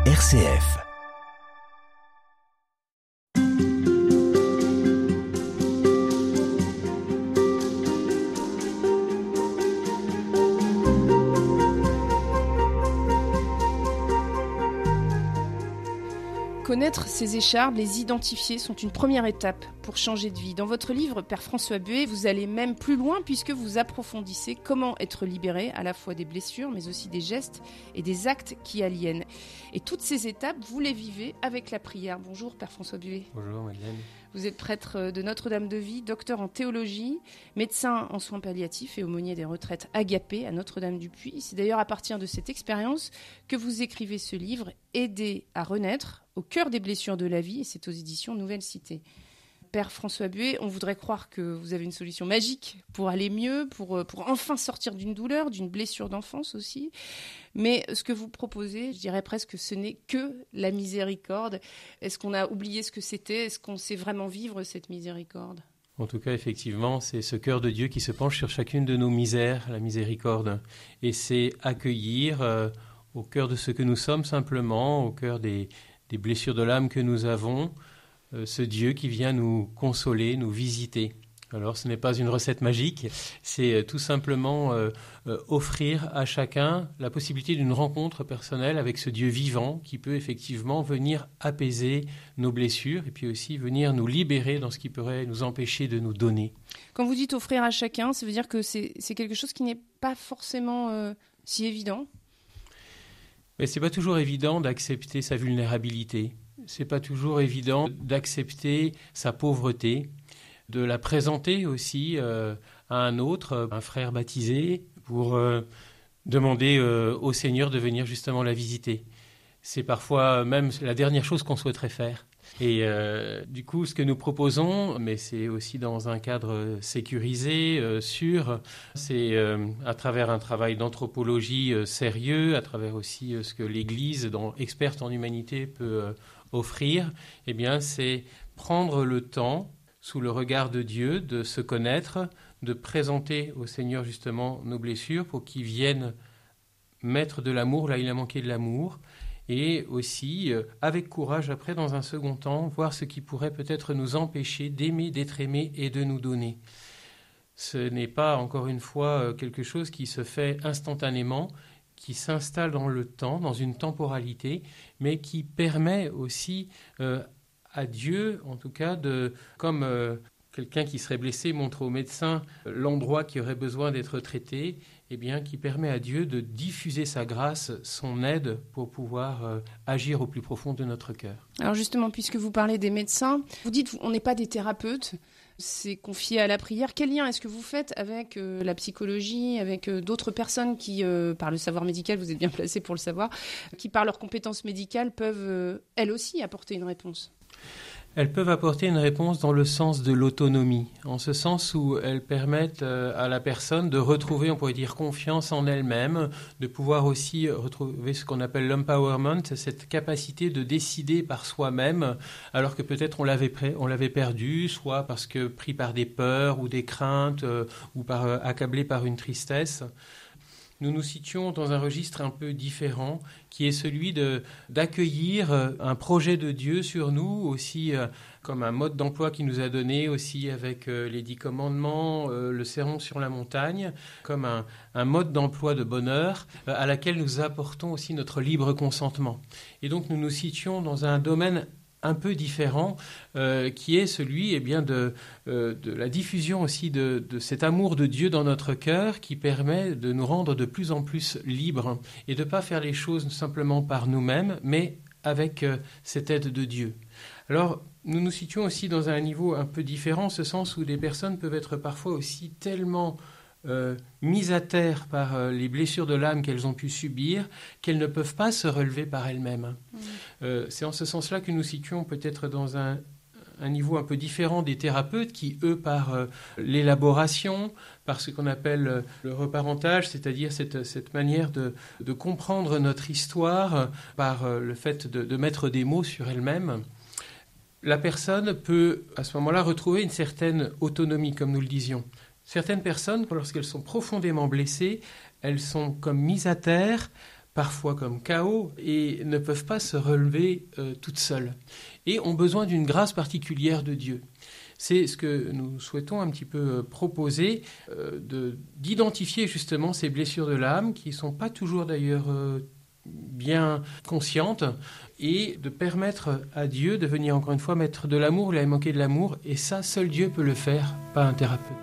RCF. Connaître ces échardes, les identifier, sont une première étape pour changer de vie. Dans votre livre, Père François Buet, vous allez même plus loin puisque vous approfondissez comment être libéré à la fois des blessures, mais aussi des gestes et des actes qui aliènent. Et toutes ces étapes, vous les vivez avec la prière. Bonjour Père François Buet. Bonjour Madeleine. Vous êtes prêtre de Notre-Dame-de-Vie, docteur en théologie, médecin en soins palliatifs et aumônier des retraites Agapé à Notre-Dame-du-Puy. C'est d'ailleurs à partir de cette expérience que vous écrivez ce livre, Aider à renaître au cœur des blessures de la vie, et c'est aux éditions Nouvelle Cité. Père François Buet, on voudrait croire que vous avez une solution magique pour aller mieux, pour enfin sortir d'une douleur, d'une blessure d'enfance aussi. Mais ce que vous proposez, je dirais presque, ce n'est que la miséricorde. Est-ce qu'on a oublié ce que c'était ? Est-ce qu'on sait vraiment vivre cette miséricorde ? En tout cas, effectivement, c'est ce cœur de Dieu qui se penche sur chacune de nos misères, la miséricorde. Et c'est accueillir au cœur de ce que nous sommes simplement, au cœur des blessures de l'âme que nous avons, ce Dieu qui vient nous consoler, nous visiter. Alors, ce n'est pas une recette magique, c'est tout simplement offrir à chacun la possibilité d'une rencontre personnelle avec ce Dieu vivant qui peut effectivement venir apaiser nos blessures et puis aussi venir nous libérer dans ce qui pourrait nous empêcher de nous donner. Quand vous dites offrir à chacun, ça veut dire que c'est quelque chose qui n'est pas forcément si évident ? Mais ce n'est pas toujours évident d'accepter sa vulnérabilité. Ce n'est pas toujours évident d'accepter sa pauvreté, de la présenter aussi à un autre, un frère baptisé, pour demander au Seigneur de venir justement la visiter. C'est parfois même la dernière chose qu'on souhaiterait faire. Et du coup, ce que nous proposons, mais c'est aussi dans un cadre sécurisé, sûr, c'est à travers un travail d'anthropologie sérieux, à travers aussi ce que l'Église, experte en humanité, peut offrir, eh bien, c'est prendre le temps, sous le regard de Dieu, de se connaître, de présenter au Seigneur justement nos blessures pour qu'il vienne mettre de l'amour là où il a manqué de l'amour, et aussi, avec courage, après, dans un second temps, voir ce qui pourrait peut-être nous empêcher d'aimer, d'être aimé et de nous donner. Ce n'est pas, encore une fois, quelque chose qui se fait instantanément, qui s'installe dans le temps, dans une temporalité, mais qui permet aussi à Dieu, en tout cas, comme quelqu'un qui serait blessé montre au médecin l'endroit qui aurait besoin d'être traité, eh bien, qui permet à Dieu de diffuser sa grâce, son aide pour pouvoir agir au plus profond de notre cœur. Alors justement, puisque vous parlez des médecins, vous dites on n'est pas des thérapeutes, c'est confié à la prière. Quel lien est-ce que vous faites avec la psychologie, avec d'autres personnes qui, par le savoir médical, vous êtes bien placé pour le savoir, qui par leurs compétences médicales peuvent elles aussi apporter une réponse ? Elles peuvent apporter une réponse dans le sens de l'autonomie, en ce sens où elles permettent à la personne de retrouver, on pourrait dire, confiance en elle-même, de pouvoir aussi retrouver ce qu'on appelle l'empowerment, cette capacité de décider par soi-même, alors que peut-être on l'avait perdu, soit parce que pris par des peurs ou des craintes, ou accablé par une tristesse. Nous nous situons dans un registre un peu différent, qui est celui d'accueillir un projet de Dieu sur nous, aussi comme un mode d'emploi qu'il nous a donné, aussi avec les 10 commandements, le sermon sur la montagne, comme un mode d'emploi de bonheur, à laquelle nous apportons aussi notre libre consentement. Et donc nous nous situons dans un domaine un peu différent, qui est celui de la diffusion aussi de cet amour de Dieu dans notre cœur, qui permet de nous rendre de plus en plus libres et de ne pas faire les choses simplement par nous-mêmes, mais avec cette aide de Dieu. Alors, nous nous situons aussi dans un niveau un peu différent, en ce sens où des personnes peuvent être parfois aussi tellement mises à terre par les blessures de l'âme qu'elles ont pu subir, qu'elles ne peuvent pas se relever par elles-mêmes. C'est en ce sens-là que nous situons peut-être dans un niveau un peu différent des thérapeutes qui, eux, par l'élaboration, par ce qu'on appelle le reparentage, c'est-à-dire cette manière de comprendre notre histoire, par le fait de mettre des mots sur elle-même, la personne peut, à ce moment-là, retrouver une certaine autonomie, comme nous le disions. Certaines personnes, lorsqu'elles sont profondément blessées, elles sont comme mises à terre parfois comme chaos, et ne peuvent pas se relever toutes seules, et ont besoin d'une grâce particulière de Dieu. C'est ce que nous souhaitons un petit peu proposer, d'identifier justement ces blessures de l'âme, qui ne sont pas toujours d'ailleurs bien conscientes, et de permettre à Dieu de venir encore une fois mettre de l'amour, il a manqué de l'amour, et ça, seul Dieu peut le faire, pas un thérapeute.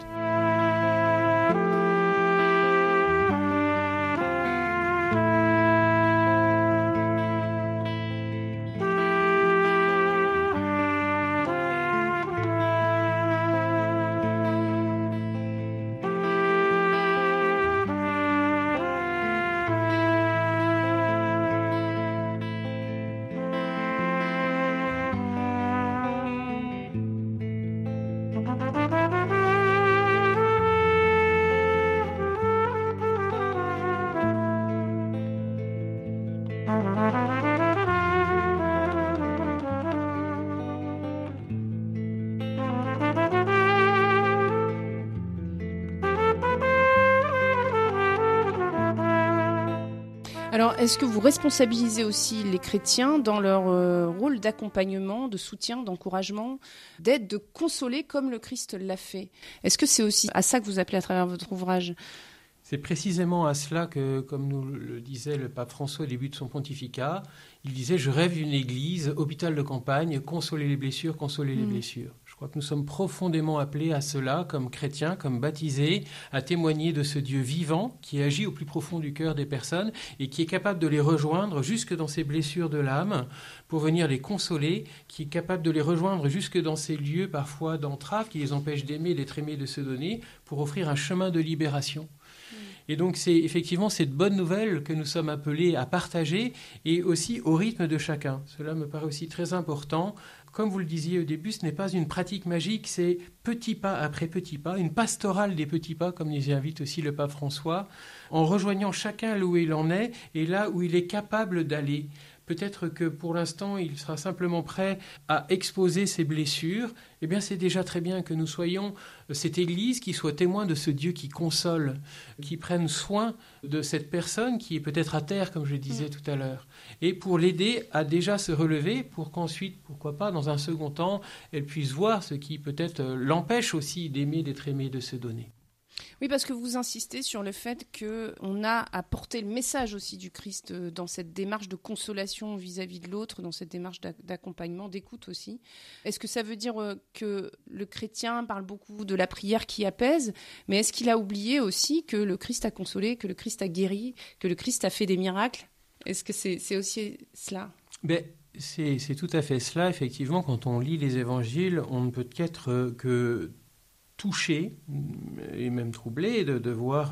Alors, est-ce que vous responsabilisez aussi les chrétiens dans leur rôle d'accompagnement, de soutien, d'encouragement, d'aide, de consoler comme le Christ l'a fait? Est-ce que c'est aussi à ça que vous appelez à travers votre ouvrage? C'est précisément à cela que, comme nous le disait le pape François au début de son pontificat, il disait « Je rêve d'une église, hôpital de campagne, consoler les blessures, consoler les blessures ». Je crois que nous sommes profondément appelés à cela, comme chrétiens, comme baptisés, à témoigner de ce Dieu vivant qui agit au plus profond du cœur des personnes et qui est capable de les rejoindre jusque dans ces blessures de l'âme pour venir les consoler, qui est capable de les rejoindre jusque dans ces lieux parfois d'entrave qui les empêchent d'aimer, d'être aimés, de se donner, pour offrir un chemin de libération. Et donc c'est effectivement cette bonne nouvelle que nous sommes appelés à partager et aussi au rythme de chacun. Cela me paraît aussi très important. Comme vous le disiez au début, ce n'est pas une pratique magique, c'est petit pas après petit pas, une pastorale des petits pas, comme nous y invite aussi le pape François, en rejoignant chacun là où il en est et là où il est capable d'aller. Peut-être que pour l'instant, il sera simplement prêt à exposer ses blessures. Eh bien, c'est déjà très bien que nous soyons cette Église qui soit témoin de ce Dieu qui console, qui prenne soin de cette personne qui est peut-être à terre, comme je le disais tout à l'heure, et pour l'aider à déjà se relever, pour qu'ensuite, pourquoi pas, dans un second temps, elle puisse voir ce qui peut-être l'empêche aussi d'aimer, d'être aimé, de se donner. Oui, parce que vous insistez sur le fait qu'on a à porter le message aussi du Christ dans cette démarche de consolation vis-à-vis de l'autre, dans cette démarche d'accompagnement, d'écoute aussi. Est-ce que ça veut dire que le chrétien parle beaucoup de la prière qui apaise, mais est-ce qu'il a oublié aussi que le Christ a consolé, que le Christ a guéri, que le Christ a fait des miracles? Est-ce que c'est aussi cela? C'est tout à fait cela. Effectivement, quand on lit les évangiles, on ne peut qu'être que touché et même troublé de voir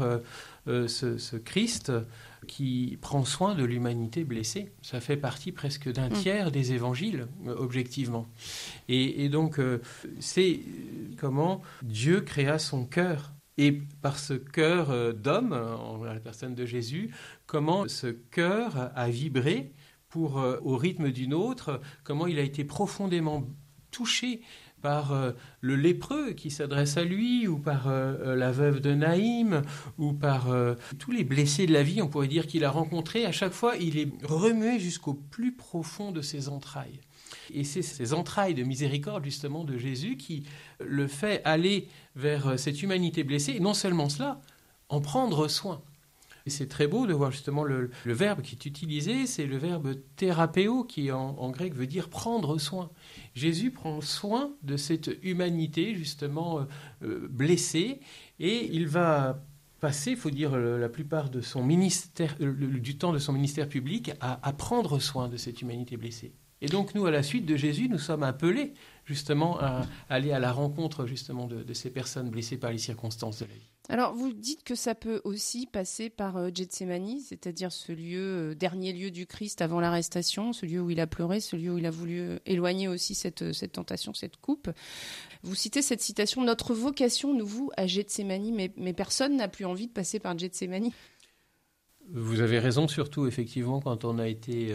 ce Christ qui prend soin de l'humanité blessée. Ça fait partie presque d'un tiers des évangiles, objectivement. Et donc, c'est comment Dieu créa son cœur. Et par ce cœur d'homme, en la personne de Jésus, comment ce cœur a vibré pour, au rythme d'une autre, comment il a été profondément touché par le lépreux qui s'adresse à lui, ou par la veuve de Naïm, ou par tous les blessés de la vie, on pourrait dire qu'il a rencontrés. À chaque fois, il est remué jusqu'au plus profond de ses entrailles. Et c'est ces entrailles de miséricorde, justement, de Jésus qui le fait aller vers cette humanité blessée, et non seulement cela, en prendre soin. Et c'est très beau de voir justement le verbe qui est utilisé, c'est le verbe thérapéo qui en grec veut dire prendre soin. Jésus prend soin de cette humanité justement blessée et il va passer, il faut dire, la plupart de son ministère, du temps de son ministère public à prendre soin de cette humanité blessée. Et donc nous, à la suite de Jésus, nous sommes appelés justement à aller à la rencontre justement de ces personnes blessées par les circonstances de la vie. Alors, vous dites que ça peut aussi passer par Gethsémani, c'est-à-dire ce lieu, dernier lieu du Christ avant l'arrestation, ce lieu où il a pleuré, ce lieu où il a voulu éloigner aussi cette tentation, cette coupe. Vous citez cette citation, « Notre vocation nous voue à Gethsémani », mais personne n'a plus envie de passer par Gethsémani. Vous avez raison, surtout effectivement quand on a été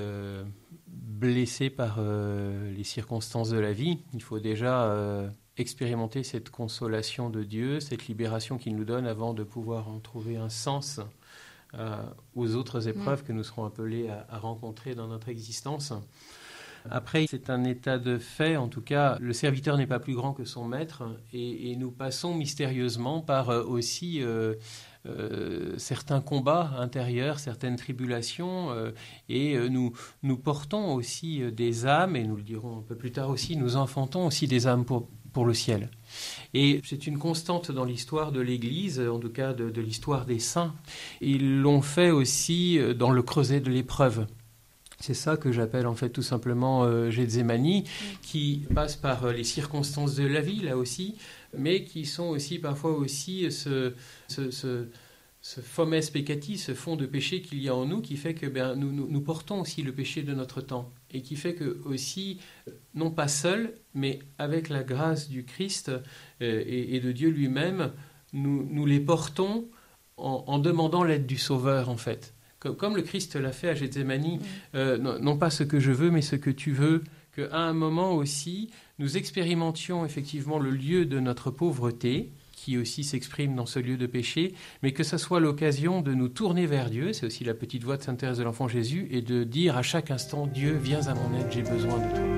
blessé par les circonstances de la vie. Il faut déjà expérimenter cette consolation de Dieu, cette libération qu'il nous donne avant de pouvoir en trouver un sens aux autres épreuves que nous serons appelés à rencontrer dans notre existence. Après, c'est un état de fait, en tout cas, le serviteur n'est pas plus grand que son maître, et nous passons mystérieusement par aussi certains combats intérieurs, certaines tribulations, et nous portons aussi des âmes, et nous le dirons un peu plus tard aussi, nous enfantons aussi des âmes pour le ciel. Et c'est une constante dans l'histoire de l'Église, en tout cas de l'histoire des saints. Ils l'ont fait aussi dans le creuset de l'épreuve. C'est ça que j'appelle en fait tout simplement Gethsémani, qui passe par les circonstances de la vie, là aussi, mais qui sont aussi parfois aussi ce fomes peccati, ce fond de péché qu'il y a en nous, qui fait que nous portons aussi le péché de notre temps, et qui fait que aussi, non pas seul, mais avec la grâce du Christ et de Dieu lui-même, nous les portons en demandant l'aide du Sauveur, en fait. Comme le Christ l'a fait à Gethsémani, non pas ce que je veux, mais ce que tu veux, qu'à un moment aussi, nous expérimentions effectivement le lieu de notre pauvreté, qui aussi s'exprime dans ce lieu de péché, mais que ce soit l'occasion de nous tourner vers Dieu, c'est aussi la petite voix de Sainte Thérèse de l'Enfant Jésus, et de dire à chaque instant, Dieu, viens à mon aide, j'ai besoin de toi.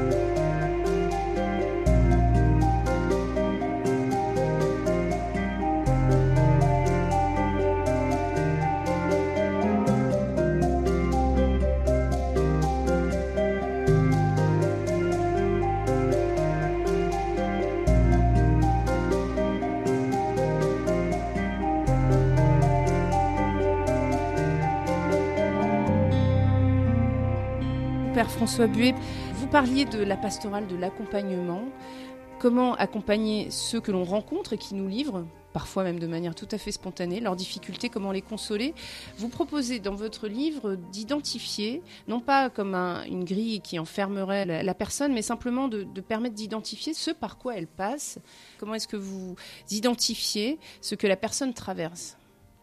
Père François Buet, vous parliez de la pastorale de l'accompagnement. Comment accompagner ceux que l'on rencontre et qui nous livrent, parfois même de manière tout à fait spontanée, leurs difficultés, comment les consoler. Vous proposez dans votre livre d'identifier, non pas comme une grille qui enfermerait la personne, mais simplement de permettre d'identifier ce par quoi elle passe. Comment est-ce que vous identifiez ce que la personne traverse ?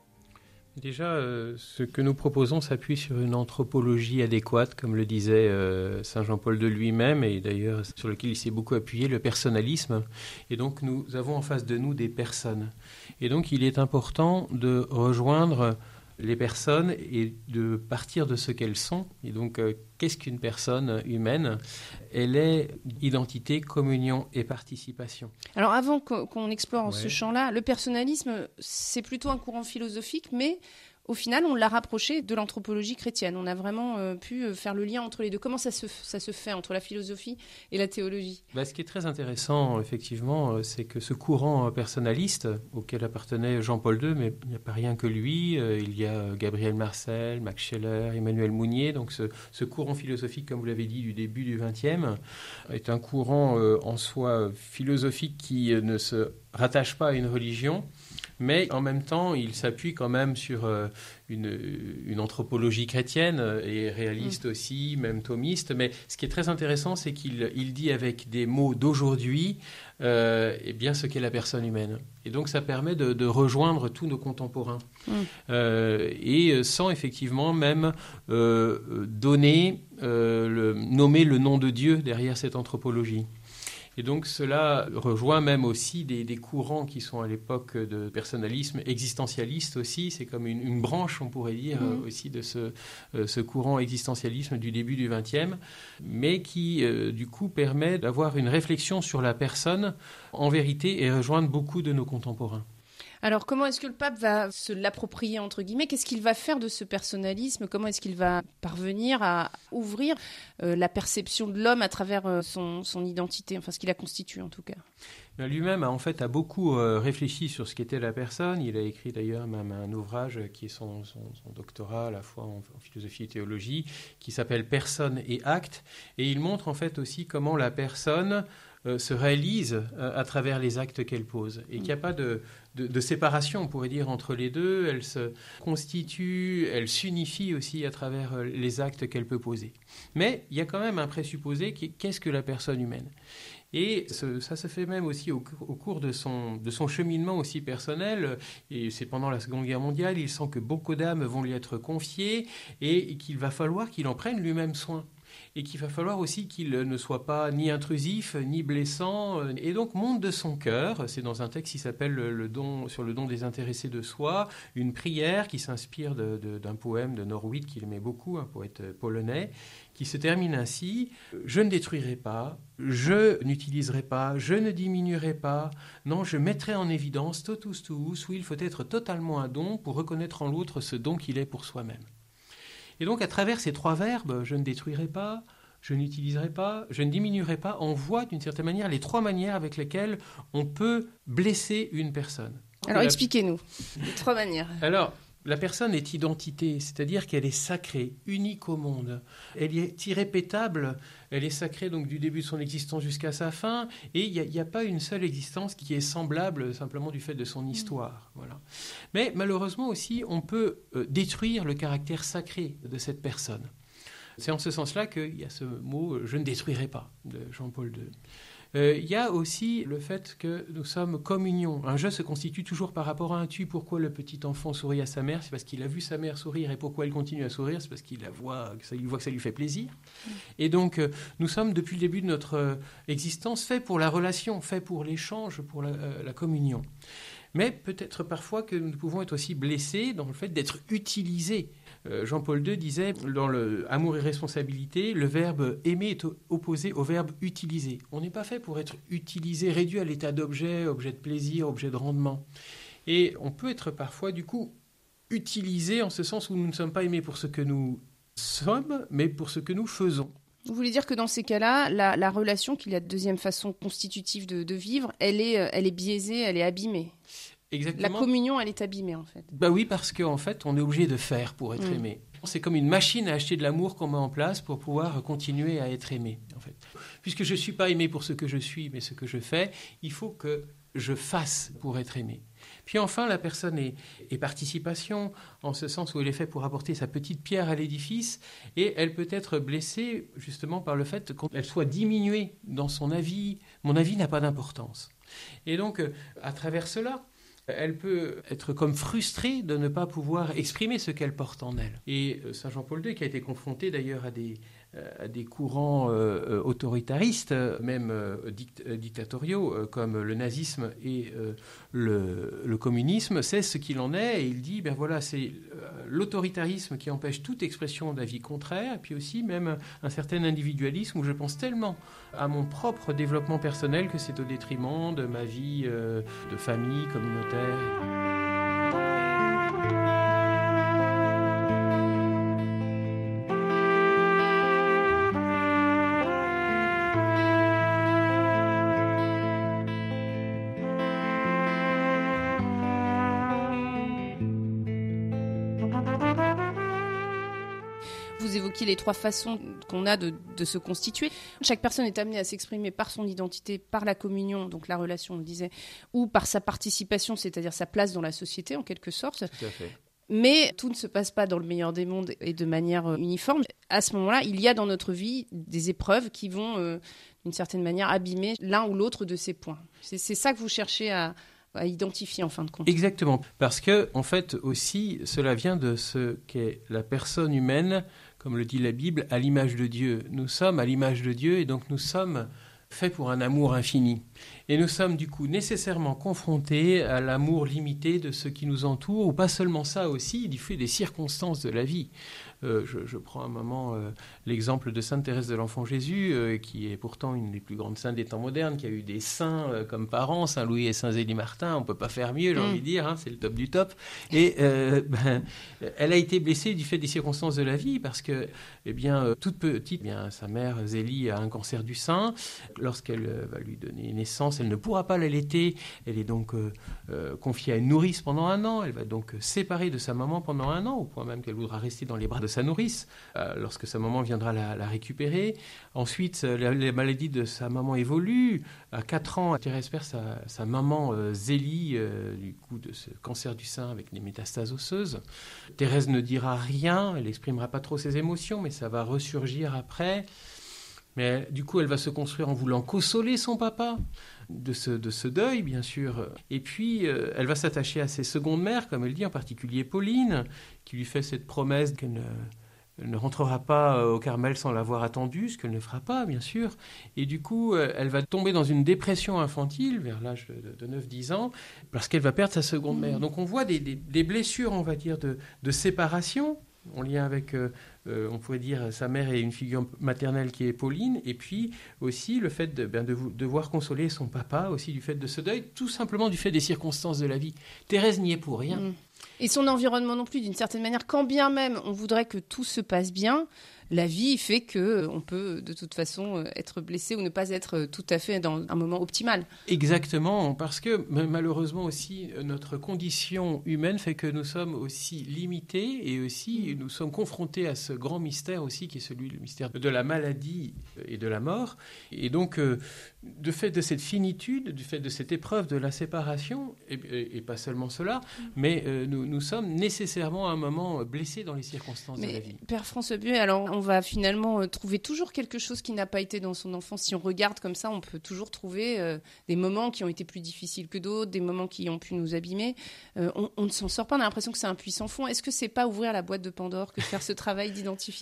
Déjà, ce que nous proposons s'appuie sur une anthropologie adéquate, comme le disait Saint Jean-Paul de lui-même, et d'ailleurs sur lequel il s'est beaucoup appuyé, le personnalisme. Et donc nous avons en face de nous des personnes. Et donc il est important de rejoindre les personnes et de partir de ce qu'elles sont. Et donc, qu'est-ce qu'une personne humaine ? Elle est identité, communion et participation. Alors, avant qu'on explore ce champ-là, le personnalisme, c'est plutôt un courant philosophique, mais au final, on l'a rapproché de l'anthropologie chrétienne. On a vraiment pu faire le lien entre les deux. Comment ça se fait entre la philosophie et la théologie ? Ce qui est très intéressant, effectivement, c'est que ce courant personnaliste, auquel appartenait Jean-Paul II, mais il n'y a pas rien que lui, il y a Gabriel Marcel, Max Scheler, Emmanuel Mounier, donc ce courant philosophique, comme vous l'avez dit, du début du XXe, est un courant en soi philosophique qui ne se rattache pas à une religion, mais en même temps, il s'appuie quand même sur une anthropologie chrétienne et réaliste aussi, même thomiste. Mais ce qui est très intéressant, c'est qu'il dit avec des mots d'aujourd'hui bien ce qu'est la personne humaine. Et donc, ça permet de rejoindre tous nos contemporains. Et sans effectivement même nommer le nom de Dieu derrière cette anthropologie. Et donc cela rejoint même aussi des courants qui sont à l'époque de personnalisme existentialiste aussi. C'est comme une branche, on pourrait dire, aussi de ce courant existentialisme du début du XXe, mais qui du coup permet d'avoir une réflexion sur la personne en vérité et rejoindre beaucoup de nos contemporains. Alors, comment est-ce que le pape va se l'approprier, entre guillemets ? Qu'est-ce qu'il va faire de ce personnalisme ? Comment est-ce qu'il va parvenir à ouvrir la perception de l'homme à travers son identité, enfin ce qui la constitue en tout cas ? Lui-même a beaucoup réfléchi sur ce qu'était la personne. Il a écrit d'ailleurs même un ouvrage qui est son doctorat à la fois en philosophie et théologie, qui s'appelle « Personne et acte ». Et il montre en fait aussi comment la personne se réalise à travers les actes qu'elle pose. Et qu'il n'y a pas de séparation, on pourrait dire, entre les deux. Elle se constitue, elle s'unifie aussi à travers les actes qu'elle peut poser. Mais il y a quand même un présupposé qui est qu'est-ce que la personne humaine ? Et ça se fait même aussi au cours de son cheminement aussi personnel. Et c'est pendant la Seconde Guerre mondiale, il sent que beaucoup d'âmes vont lui être confiées et qu'il va falloir qu'il en prenne lui-même soin. et qu'il va falloir aussi qu'il ne soit pas ni intrusif, ni blessant, et donc monte de son cœur. C'est dans un texte qui s'appelle sur le don désintéressé de soi, une prière qui s'inspire d'un poème de Norwid qu'il aimait beaucoup, un poète polonais, qui se termine ainsi: je ne détruirai pas, je n'utiliserai pas, je ne diminuerai pas, non, je mettrai en évidence totus tuus, où il faut être totalement un don pour reconnaître en l'autre ce don qu'il est pour soi-même. Et donc, à travers ces 3 verbes, je ne détruirai pas, je n'utiliserai pas, je ne diminuerai pas, on voit d'une certaine manière les 3 manières avec lesquelles on peut blesser une personne. Alors, expliquez-nous les 3 manières. Alors, la personne est identité, c'est-à-dire qu'elle est sacrée, unique au monde. Elle est irrépétable, elle est sacrée donc du début de son existence jusqu'à sa fin, et il n'y a pas une seule existence qui est semblable simplement du fait de son histoire. Voilà. Mais malheureusement aussi, on peut détruire le caractère sacré de cette personne. C'est en ce sens-là qu'il y a ce mot « je ne détruirai pas » de Jean-Paul II. Il y a aussi le fait que nous sommes communion. Un je se constitue toujours par rapport à un tu. Pourquoi le petit enfant sourit à sa mère? C'est parce qu'il a vu sa mère sourire. Et pourquoi elle continue à sourire? C'est parce qu'il voit que ça lui fait plaisir. Et donc, nous sommes depuis le début de notre existence faits pour la relation, faits pour l'échange, pour la communion. Mais peut-être parfois que nous pouvons être aussi blessés dans le fait d'être utilisés. Jean-Paul II disait, dans le Amour et responsabilité, le verbe aimer est opposé au verbe utiliser. On n'est pas fait pour être utilisé, réduit à l'état d'objet, objet de plaisir, objet de rendement. Et on peut être parfois, du coup, utilisé en ce sens où nous ne sommes pas aimés pour ce que nous sommes, mais pour ce que nous faisons. Vous voulez dire que dans ces cas-là, la relation, qu'il y a de deuxième façon constitutive de vivre, elle est biaisée, elle est abîmée. Exactement. La communion, elle est abîmée, en fait. Bah oui, parce qu'en fait, on est obligé de faire pour être aimé. C'est comme une machine à acheter de l'amour qu'on met en place pour pouvoir continuer à être aimé, en fait. Puisque je ne suis pas aimé pour ce que je suis, mais ce que je fais, il faut que je fasse pour être aimé. Puis enfin, la personne est participation, en ce sens où elle est faite pour apporter sa petite pierre à l'édifice, et elle peut être blessée justement par le fait qu'elle soit diminuée dans son avis. Mon avis n'a pas d'importance. Et donc, à travers cela, elle peut être comme frustrée de ne pas pouvoir exprimer ce qu'elle porte en elle. Et Saint Jean-Paul II, qui a été confronté d'ailleurs à des courants autoritaristes, même dictatoriaux, comme le nazisme et le communisme, c'est ce qu'il en est. Et il dit, ben voilà, c'est l'autoritarisme qui empêche toute expression d'avis contraire, et puis aussi même un certain individualisme où je pense tellement à mon propre développement personnel que c'est au détriment de ma vie de famille, communautaire. Vous évoquiez les 3 façons qu'on a de se constituer. Chaque personne est amenée à s'exprimer par son identité, par la communion, donc la relation, on le disait, ou par sa participation, c'est-à-dire sa place dans la société, en quelque sorte. Tout à fait. Mais tout ne se passe pas dans le meilleur des mondes et de manière uniforme. À ce moment-là, il y a dans notre vie des épreuves qui vont, d'une certaine manière, abîmer l'un ou l'autre de ces points. C'est ça que vous cherchez à identifier en fin de compte. Exactement, parce que en fait aussi cela vient de ce qu'est la personne humaine, comme le dit la Bible, à l'image de Dieu. Nous sommes à l'image de Dieu et donc nous sommes faits pour un amour infini. Et nous sommes du coup nécessairement confrontés à l'amour limité de ceux qui nous entourent, ou pas seulement ça aussi, du fait des circonstances de la vie. Je prends un moment l'exemple de Sainte Thérèse de l'Enfant Jésus, qui est pourtant une des plus grandes saintes des temps modernes, qui a eu des saints comme parents, Saint Louis et Saint Zélie Martin. On ne peut pas faire mieux, j'ai envie de dire, hein, c'est le top du top. Et elle a été blessée du fait des circonstances de la vie, parce que, toute petite, sa mère Zélie a un cancer du sein. Lorsqu'elle va lui donner naissance, elle ne pourra pas l'allaiter. Elle est donc confiée à une nourrice pendant 1 an. Elle va donc séparer de sa maman pendant 1 an, au point même qu'elle voudra rester dans les bras de sa nourrice lorsque sa maman viendra la récupérer. Ensuite, la maladie de sa maman évolue. À 4 ans, Thérèse perd sa maman Zélie du coup de ce cancer du sein avec des métastases osseuses. Thérèse ne dira rien, elle n'exprimera pas trop ses émotions, mais ça va ressurgir après. Mais du coup, elle va se construire en voulant consoler son papa de ce deuil, bien sûr. Et puis, elle va s'attacher à ses secondes mères, comme elle dit, en particulier Pauline, qui lui fait cette promesse qu'elle ne rentrera pas au Carmel sans l'avoir attendu, ce qu'elle ne fera pas, bien sûr. Et du coup, elle va tomber dans une dépression infantile vers l'âge de 9-10 ans, parce qu'elle va perdre sa seconde mère. Donc on voit des blessures, on va dire, de séparation, en lien avec, on pourrait dire, sa mère et une figure maternelle qui est Pauline, et puis aussi le fait de devoir consoler son papa, aussi du fait de ce deuil, tout simplement du fait des circonstances de la vie. Thérèse n'y est pour rien. Et son environnement non plus, d'une certaine manière, quand bien même on voudrait que tout se passe bien, la vie fait qu'on peut de toute façon être blessé ou ne pas être tout à fait dans un moment optimal. Exactement, parce que malheureusement aussi notre condition humaine fait que nous sommes aussi limités et aussi nous sommes confrontés à ce grand mystère aussi qui est celui, le mystère de la maladie et de la mort. Et donc, du fait de cette finitude, du fait de cette épreuve de la séparation, et pas seulement cela, mais nous sommes nécessairement à un moment blessés dans les circonstances de la vie. Père François Buet, alors on va finalement trouver toujours quelque chose qui n'a pas été dans son enfance. Si on regarde comme ça, on peut toujours trouver des moments qui ont été plus difficiles que d'autres, des moments qui ont pu nous abîmer. On ne s'en sort pas, on a l'impression que c'est un puits sans fond. Est-ce que c'est pas ouvrir la boîte de Pandore que de faire ce travail d'identification ?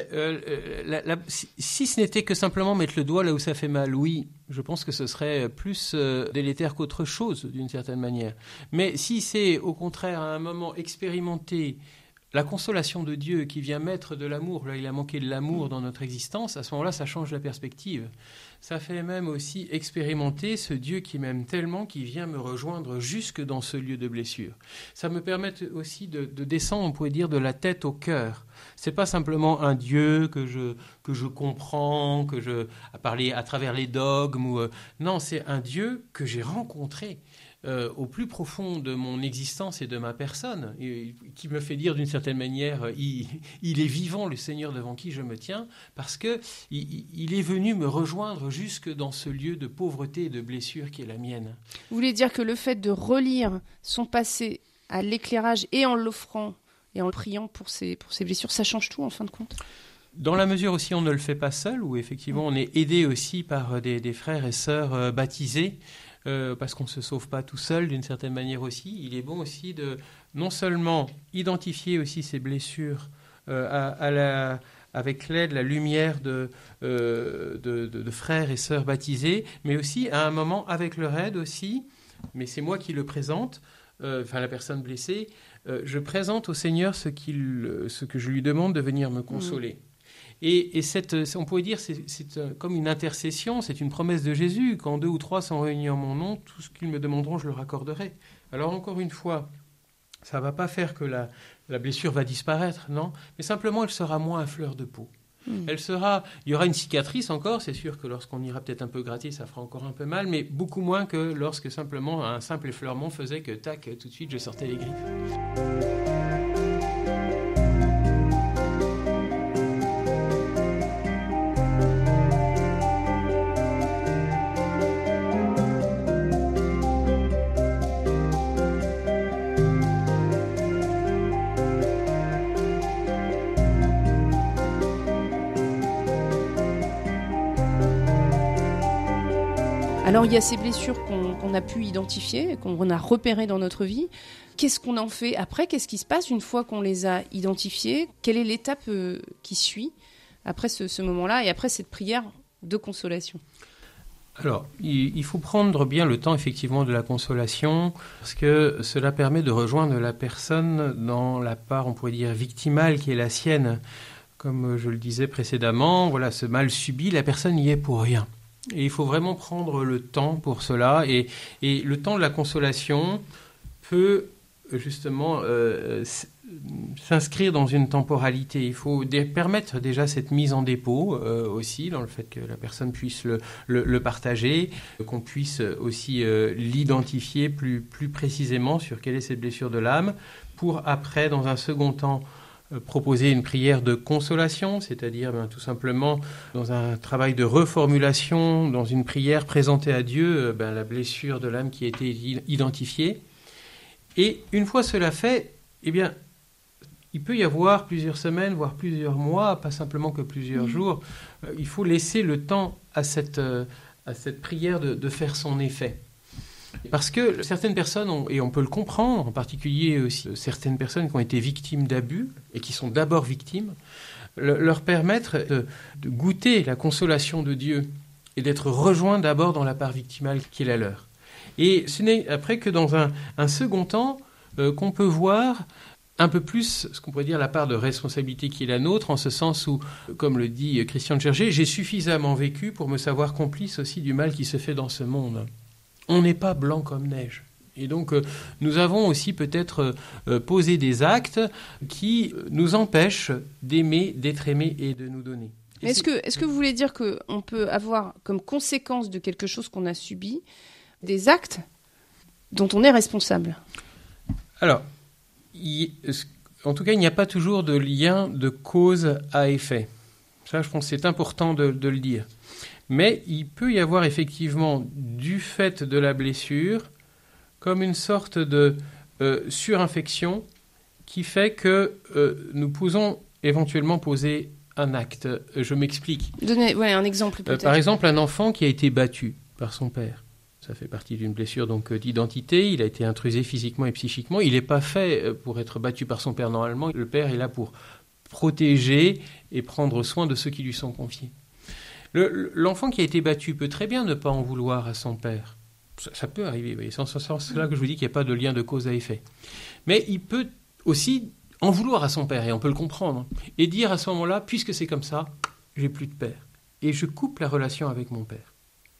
Si ce n'était que simplement mettre le doigt là où ça fait mal, oui, je pense que ce serait plus délétère qu'autre chose, d'une certaine manière. Mais si c'est au contraire à un moment expérimenté la consolation de Dieu qui vient mettre de l'amour, là il a manqué de l'amour dans notre existence, à ce moment-là ça change la perspective. Ça fait même aussi expérimenter ce Dieu qui m'aime tellement, qui vient me rejoindre jusque dans ce lieu de blessure. Ça me permet aussi de descendre, on pourrait dire, de la tête au cœur. C'est pas simplement un Dieu que je comprends, à parler à travers les dogmes. Non, c'est un Dieu que j'ai rencontré. Au plus profond de mon existence et de ma personne, et qui me fait dire d'une certaine manière, il est vivant le Seigneur devant qui je me tiens, parce que il est venu me rejoindre jusque dans ce lieu de pauvreté et de blessure qui est la mienne. Vous voulez dire que le fait de relire son passé à l'éclairage et en l'offrant et en le priant pour ses blessures, ça change tout en fin de compte ? Dans la mesure aussi on ne le fait pas seul, où effectivement on est aidé aussi par des frères et sœurs baptisés, parce qu'on ne se sauve pas tout seul d'une certaine manière aussi. Il est bon aussi de non seulement identifier aussi ces blessures avec l'aide, la lumière de frères et sœurs baptisés, mais aussi à un moment avec leur aide aussi, mais c'est moi qui le présente, la personne blessée, je présente au Seigneur ce que je lui demande de venir me consoler. Et on pourrait dire c'est comme une intercession, c'est une promesse de Jésus. Quand 2 ou 3 sont réunis en mon nom, tout ce qu'ils me demanderont, je leur accorderai. Alors encore une fois, ça ne va pas faire que la blessure va disparaître, non, mais simplement elle sera moins à fleur de peau. Il y aura une cicatrice encore, c'est sûr que lorsqu'on ira peut-être un peu gratter, ça fera encore un peu mal, mais beaucoup moins que lorsque simplement un simple effleurement faisait que tac, tout de suite je sortais les griffes. Alors, il y a ces blessures qu'on a pu identifier, qu'on a repérées dans notre vie. Qu'est-ce qu'on en fait après ? Qu'est-ce qui se passe une fois qu'on les a identifiées ? Quelle est l'étape qui suit après ce moment-là et après cette prière de consolation ? Alors, il faut prendre bien le temps, effectivement, de la consolation, parce que cela permet de rejoindre la personne dans la part, on pourrait dire, victimale qui est la sienne. Comme je le disais précédemment, voilà, ce mal subi, la personne n'y est pour rien. Et il faut vraiment prendre le temps pour cela. Et le temps de la consolation peut justement s'inscrire dans une temporalité. Il faut permettre déjà cette mise en dépôt aussi, dans le fait que la personne puisse le partager, qu'on puisse aussi l'identifier plus précisément sur quelle est cette blessure de l'âme, pour après, dans un second temps, proposer une prière de consolation, c'est-à-dire tout simplement dans un travail de reformulation, dans une prière présentée à Dieu, la blessure de l'âme qui a été identifiée. Et une fois cela fait, il peut y avoir plusieurs semaines, voire plusieurs mois, pas simplement que plusieurs jours. Il faut laisser le temps à cette prière de faire son effet. Parce que certaines personnes, et on peut le comprendre, en particulier aussi certaines personnes qui ont été victimes d'abus et qui sont d'abord victimes, leur permettre de goûter la consolation de Dieu et d'être rejoints d'abord dans la part victimale qui est la leur. Et ce n'est après que dans un second temps qu'on peut voir un peu plus ce qu'on pourrait dire la part de responsabilité qui est la nôtre, en ce sens où, comme le dit Christian Tchergé, j'ai suffisamment vécu pour me savoir complice aussi du mal qui se fait dans ce monde. On n'est pas blanc comme neige. Et donc, nous avons aussi peut-être posé des actes qui nous empêchent d'aimer, d'être aimés et de nous donner. Est-ce que vous voulez dire qu'on peut avoir comme conséquence de quelque chose qu'on a subi des actes dont on est responsable ? Alors, en tout cas, il n'y a pas toujours de lien de cause à effet. Ça, je pense que c'est important de le dire. Mais il peut y avoir effectivement, du fait de la blessure, comme une sorte de surinfection qui fait que nous pouvons éventuellement poser un acte. Je m'explique. Donnez un exemple peut-être. Par exemple, un enfant qui a été battu par son père. Ça fait partie d'une blessure donc d'identité. Il a été intrusé physiquement et psychiquement. Il n'est pas fait pour être battu par son père normalement. Le père est là pour protéger et prendre soin de ceux qui lui sont confiés. L'enfant qui a été battu peut très bien ne pas en vouloir à son père. Ça peut arriver. C'est en ce sens-là que je vous dis qu'il n'y a pas de lien de cause à effet. Mais il peut aussi en vouloir à son père, et on peut le comprendre, et dire à ce moment-là, puisque c'est comme ça, j'ai plus de père. Et je coupe la relation avec mon père.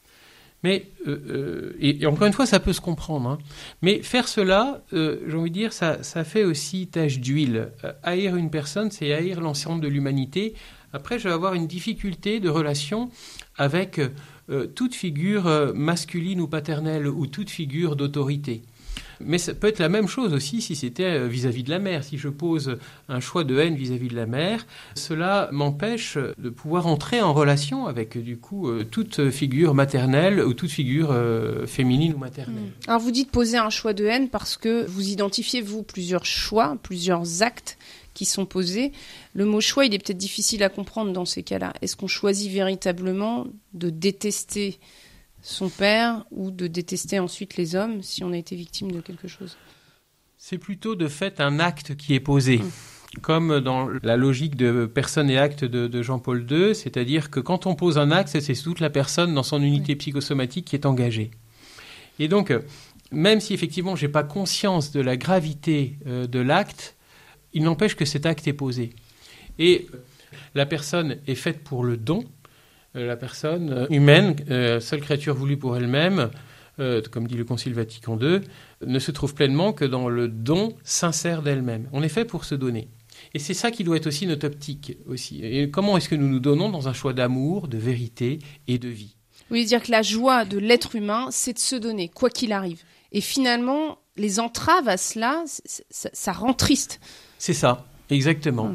Mais, et encore une fois, ça peut se comprendre. Mais faire cela, j'ai envie de dire, ça fait aussi tache d'huile. Haïr une personne, c'est haïr l'ensemble de l'humanité. Après, je vais avoir une difficulté de relation avec toute figure masculine ou paternelle ou toute figure d'autorité. Mais ça peut être la même chose aussi si c'était vis-à-vis de la mère. Si je pose un choix de haine vis-à-vis de la mère, cela m'empêche de pouvoir entrer en relation avec, du coup, toute figure maternelle ou toute figure féminine ou maternelle. Alors vous dites poser un choix de haine parce que vous identifiez, vous, plusieurs choix, plusieurs actes qui sont posés. Le mot choix, il est peut-être difficile à comprendre dans ces cas-là. Est-ce qu'on choisit véritablement de détester son père ou de détester ensuite les hommes si on a été victime de quelque chose ? C'est plutôt de fait un acte qui est posé. Comme dans la logique de personne et acte de Jean-Paul II, c'est-à-dire que quand on pose un acte, c'est toute la personne dans son unité psychosomatique qui est engagée. Et donc, même si effectivement je n'ai pas conscience de la gravité de l'acte, il n'empêche que cet acte est posé. Et la personne est faite pour le don. La personne humaine, seule créature voulue pour elle-même, comme dit le Concile Vatican II, ne se trouve pleinement que dans le don sincère d'elle-même. On est fait pour se donner. Et c'est ça qui doit être aussi notre optique. Aussi. Et comment est-ce que nous nous donnons dans un choix d'amour, de vérité et de vie ? Vous voulez dire que la joie de l'être humain, c'est de se donner, quoi qu'il arrive. Et finalement, les entraves à cela, ça rend triste. C'est ça, exactement.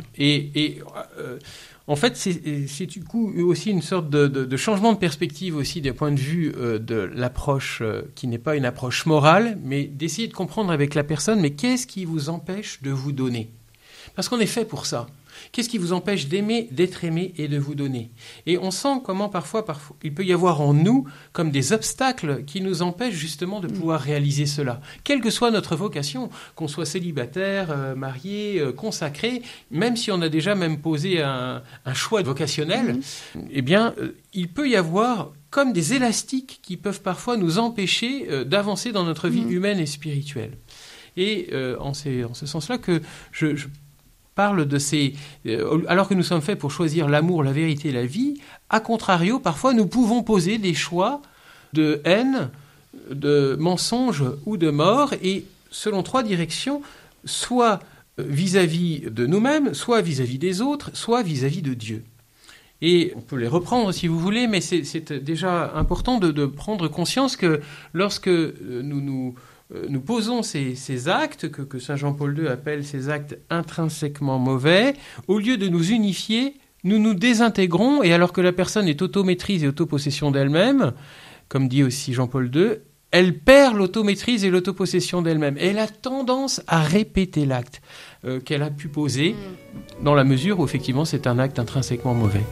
En fait, c'est du coup aussi une sorte de changement de perspective aussi d'un point de vue de l'approche qui n'est pas une approche morale, mais d'essayer de comprendre avec la personne, mais qu'est-ce qui vous empêche de vous donner ? Parce qu'on est fait pour ça. Qu'est-ce qui vous empêche d'aimer, d'être aimé et de vous donner ? Et on sent comment parfois, il peut y avoir en nous comme des obstacles qui nous empêchent justement de pouvoir réaliser cela. Quelle que soit notre vocation, qu'on soit célibataire, marié, consacré, même si on a déjà même posé un choix vocationnel, eh bien, il peut y avoir comme des élastiques qui peuvent parfois nous empêcher d'avancer dans notre vie humaine et spirituelle. Et en ce sens-là que je parle de ces... alors que nous sommes faits pour choisir l'amour, la vérité et la vie, à contrario, parfois nous pouvons poser des choix de haine, de mensonge ou de mort, et selon trois directions, soit vis-à-vis de nous-mêmes, soit vis-à-vis des autres, soit vis-à-vis de Dieu. Et on peut les reprendre si vous voulez, mais c'est déjà important de prendre conscience que lorsque nous posons ces actes que saint Jean-Paul II appelle ces actes intrinsèquement mauvais, au lieu de nous unifier, nous nous désintégrons, et alors que la personne est automaîtrise et autopossession d'elle-même, comme dit aussi Jean-Paul II, elle perd l'automaîtrise et l'autopossession d'elle-même. Et elle a tendance à répéter l'acte qu'elle a pu poser, dans la mesure où effectivement c'est un acte intrinsèquement mauvais.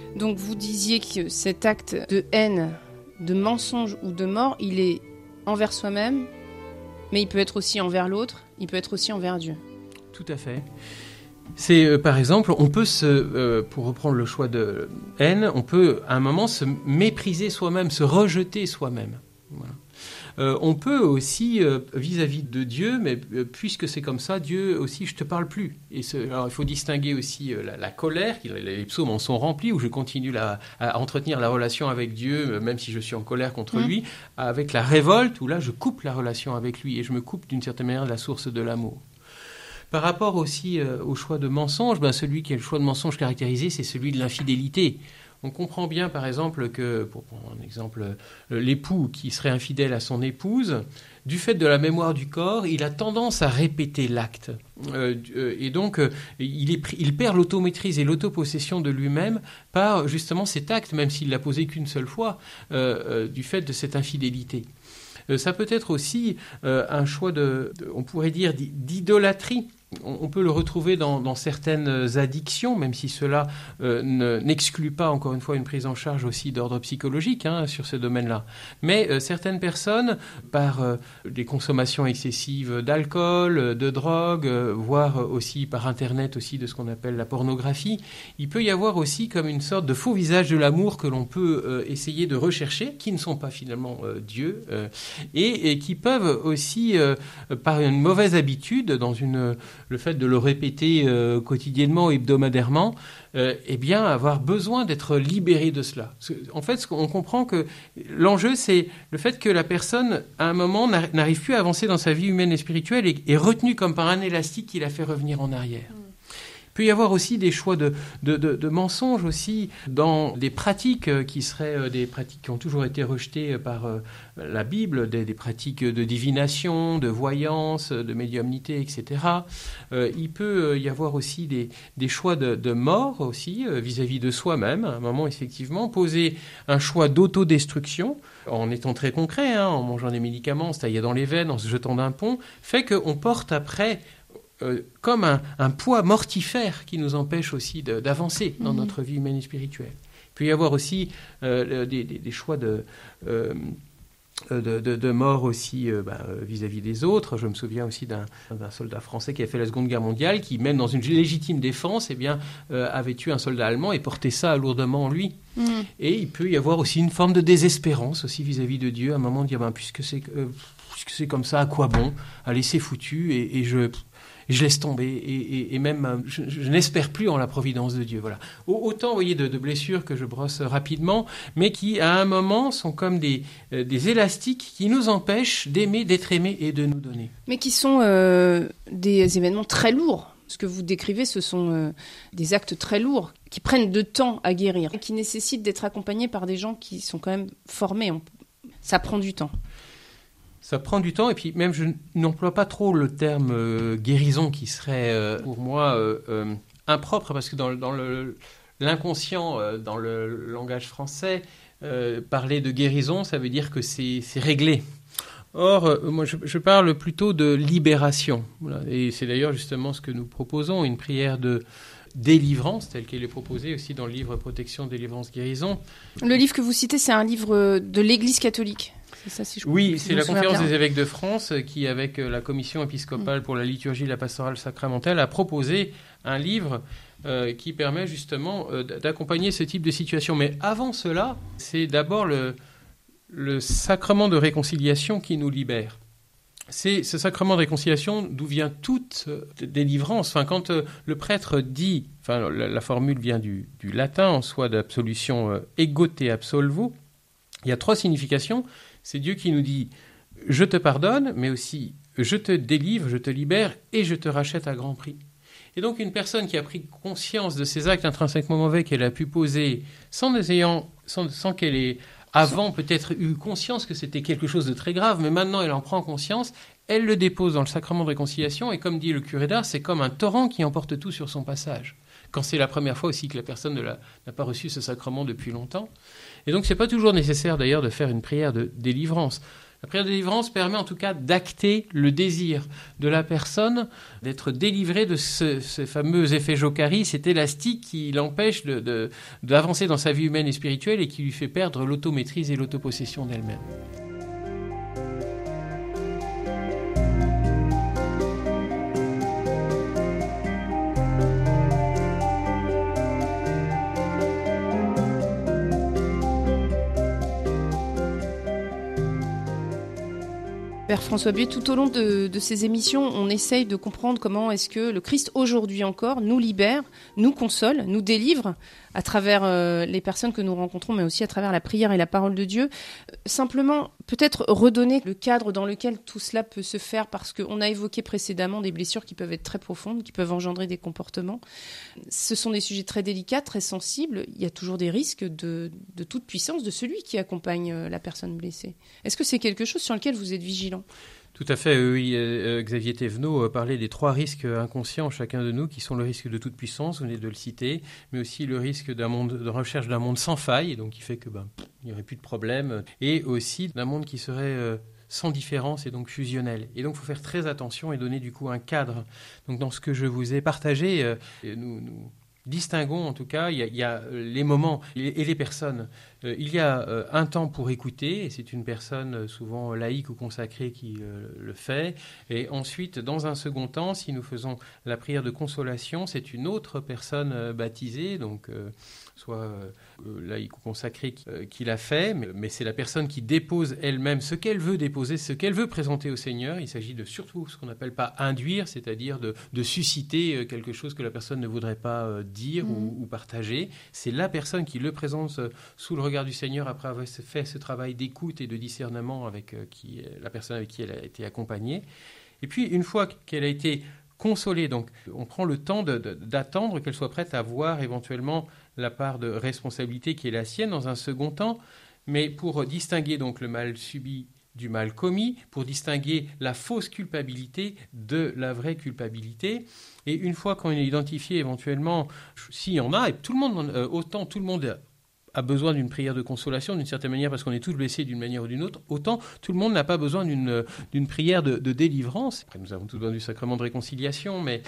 Donc vous disiez que cet acte de haine, de mensonge ou de mort, il est envers soi-même, mais il peut être aussi envers l'autre, il peut être aussi envers Dieu. Tout à fait. C'est par exemple, on peut pour reprendre le choix de haine, on peut à un moment se mépriser soi-même, se rejeter soi-même. Voilà. On peut aussi, vis-à-vis de Dieu, mais puisque c'est comme ça, Dieu aussi, je te parle plus. Alors il faut distinguer aussi la colère, les psaumes en sont remplis, où je continue à entretenir la relation avec Dieu, même si je suis en colère contre lui, avec la révolte, où là je coupe la relation avec lui, et je me coupe d'une certaine manière de la source de l'amour. Par rapport aussi au choix de mensonge, celui qui est le choix de mensonge caractérisé, c'est celui de l'infidélité. On comprend bien, par exemple, que, pour prendre un exemple, l'époux qui serait infidèle à son épouse, du fait de la mémoire du corps, il a tendance à répéter l'acte. Et donc, il perd l'automaîtrise et l'autopossession de lui-même par, justement, cet acte, même s'il l'a posé qu'une seule fois, du fait de cette infidélité. Ça peut être aussi un choix on pourrait dire, d'idolâtrie. On peut le retrouver dans certaines addictions, même si cela n'exclut pas, encore une fois, une prise en charge aussi d'ordre psychologique sur ce domaine-là. Mais certaines personnes, par des consommations excessives d'alcool, de drogue, voire aussi par Internet aussi de ce qu'on appelle la pornographie, il peut y avoir aussi comme une sorte de faux visage de l'amour que l'on peut essayer de rechercher, qui ne sont pas finalement Dieu, et qui peuvent aussi, par une mauvaise habitude, le fait de le répéter quotidiennement, hebdomadairement, avoir besoin d'être libéré de cela. En fait, on comprend que l'enjeu, c'est le fait que la personne, à un moment, n'arrive plus à avancer dans sa vie humaine et spirituelle et est retenue comme par un élastique qui la fait revenir en arrière. Il peut y avoir aussi des choix de mensonges aussi dans des pratiques qui seraient des pratiques qui ont toujours été rejetées par la Bible, des pratiques de divination, de voyance, de médiumnité, etc. Il peut y avoir aussi des choix de mort aussi vis-à-vis de soi-même. À un moment, effectivement, poser un choix d'autodestruction en étant très concret, en mangeant des médicaments, en se taillant dans les veines, en se jetant d'un pont, fait qu'on porte après comme un poids mortifère qui nous empêche aussi d'avancer dans notre vie humaine et spirituelle. Il peut y avoir aussi des choix de mort aussi vis-à-vis des autres. Je me souviens aussi d'un soldat français qui a fait la Seconde Guerre mondiale, qui, même dans une légitime défense, avait tué un soldat allemand et portait ça lourdement en lui. Et il peut y avoir aussi une forme de désespérance aussi vis-à-vis de Dieu, à un moment de dire puisque c'est comme ça, à quoi bon ? Allez, c'est foutu, et je laisse tomber, et même je n'espère plus en la providence de Dieu. Voilà. Autant, vous voyez, de blessures que je brosse rapidement, mais qui, à un moment, sont comme des élastiques qui nous empêchent d'aimer, d'être aimés et de nous donner. Mais qui sont des événements très lourds. Ce que vous décrivez, ce sont des actes très lourds, qui prennent de temps à guérir, et qui nécessitent d'être accompagnés par des gens qui sont quand même formés. Ça prend du temps. Ça prend du temps, et puis même je n'emploie pas trop le terme guérison qui serait pour moi impropre, parce que dans l'inconscient, dans le langage français, parler de guérison, ça veut dire que c'est réglé. Or, moi je parle plutôt de libération. Voilà. Et c'est d'ailleurs justement ce que nous proposons, une prière de délivrance, telle qu'elle est proposée aussi dans le livre Protection, délivrance, guérison. Le livre que vous citez, c'est un livre de l'Église catholique. C'est ça, si je oui, c'est la Conférence des évêques de France qui, avec la Commission épiscopale pour la liturgie et la pastorale sacramentelle, a proposé un livre qui permet justement d'accompagner ce type de situation. Mais avant cela, c'est d'abord le sacrement de réconciliation qui nous libère. C'est ce sacrement de réconciliation d'où vient toute délivrance. Quand le prêtre dit, la formule vient du latin, en soi d'absolution ego te absolvo, il y a 3 significations. C'est Dieu qui nous dit « je te pardonne », mais aussi « je te délivre, je te libère et je te rachète à grand prix ». Et donc une personne qui a pris conscience de ces actes intrinsèquement mauvais qu'elle a pu poser sans qu'elle ait avant peut-être eu conscience que c'était quelque chose de très grave, mais maintenant elle en prend conscience, elle le dépose dans le sacrement de réconciliation, et comme dit le curé d'Ars, c'est comme un torrent qui emporte tout sur son passage. Quand c'est la première fois aussi que la personne n'a pas reçu ce sacrement depuis longtemps. Et donc, ce n'est pas toujours nécessaire, d'ailleurs, de faire une prière de délivrance. La prière de délivrance permet en tout cas d'acter le désir de la personne d'être délivrée de ce fameux effet Joccari, cet élastique qui l'empêche d'avancer dans sa vie humaine et spirituelle et qui lui fait perdre l'automaîtrise et l'autopossession d'elle-même. Père François Buet, tout au long de ces émissions, on essaye de comprendre comment est-ce que le Christ, aujourd'hui encore, nous libère, nous console, nous délivre à travers les personnes que nous rencontrons, mais aussi à travers la prière et la parole de Dieu. Simplement, peut-être redonner le cadre dans lequel tout cela peut se faire, parce qu'on a évoqué précédemment des blessures qui peuvent être très profondes, qui peuvent engendrer des comportements. Ce sont des sujets très délicats, très sensibles. Il y a toujours des risques de toute puissance de celui qui accompagne la personne blessée. Est-ce que c'est quelque chose sur lequel vous êtes vigilant ? Tout à fait, oui. Xavier Thévenot parlait des 3 risques inconscients chacun de nous, qui sont le risque de toute puissance, vous venez de le citer, mais aussi le risque de recherche d'un monde sans faille, donc qui fait que il n'y aurait plus de problème, et aussi d'un monde qui serait sans différence et donc fusionnel. Et donc il faut faire très attention et donner du coup un cadre. Donc dans ce que je vous ai partagé, nous distinguons en tout cas, il y a les moments et les personnes. Il y a un temps pour écouter, et c'est une personne souvent laïque ou consacrée qui le fait. Et ensuite, dans un second temps, si nous faisons la prière de consolation, c'est une autre personne baptisée, donc soit laïque ou consacrée qui l'a fait, mais c'est la personne qui dépose elle-même ce qu'elle veut déposer, ce qu'elle veut présenter au Seigneur. Il s'agit de surtout ce qu'on n'appelle pas induire, c'est-à-dire de susciter quelque chose que la personne ne voudrait pas dire ou partager. C'est la personne qui le présente sous le regard du Seigneur après avoir fait ce travail d'écoute et de discernement avec la personne avec qui elle a été accompagnée. Et puis, une fois qu'elle a été consolée, donc on prend le temps d'attendre qu'elle soit prête à voir éventuellement la part de responsabilité qui est la sienne dans un second temps, mais pour distinguer donc le mal subi du mal commis, pour distinguer la fausse culpabilité de la vraie culpabilité. Et une fois qu'on a identifié éventuellement, s'il y en a, et tout le monde a besoin d'une prière de consolation d'une certaine manière parce qu'on est tous blessés d'une manière ou d'une autre, autant tout le monde n'a pas besoin d'une prière de délivrance. Après, nous avons tous besoin du sacrement de réconciliation, mais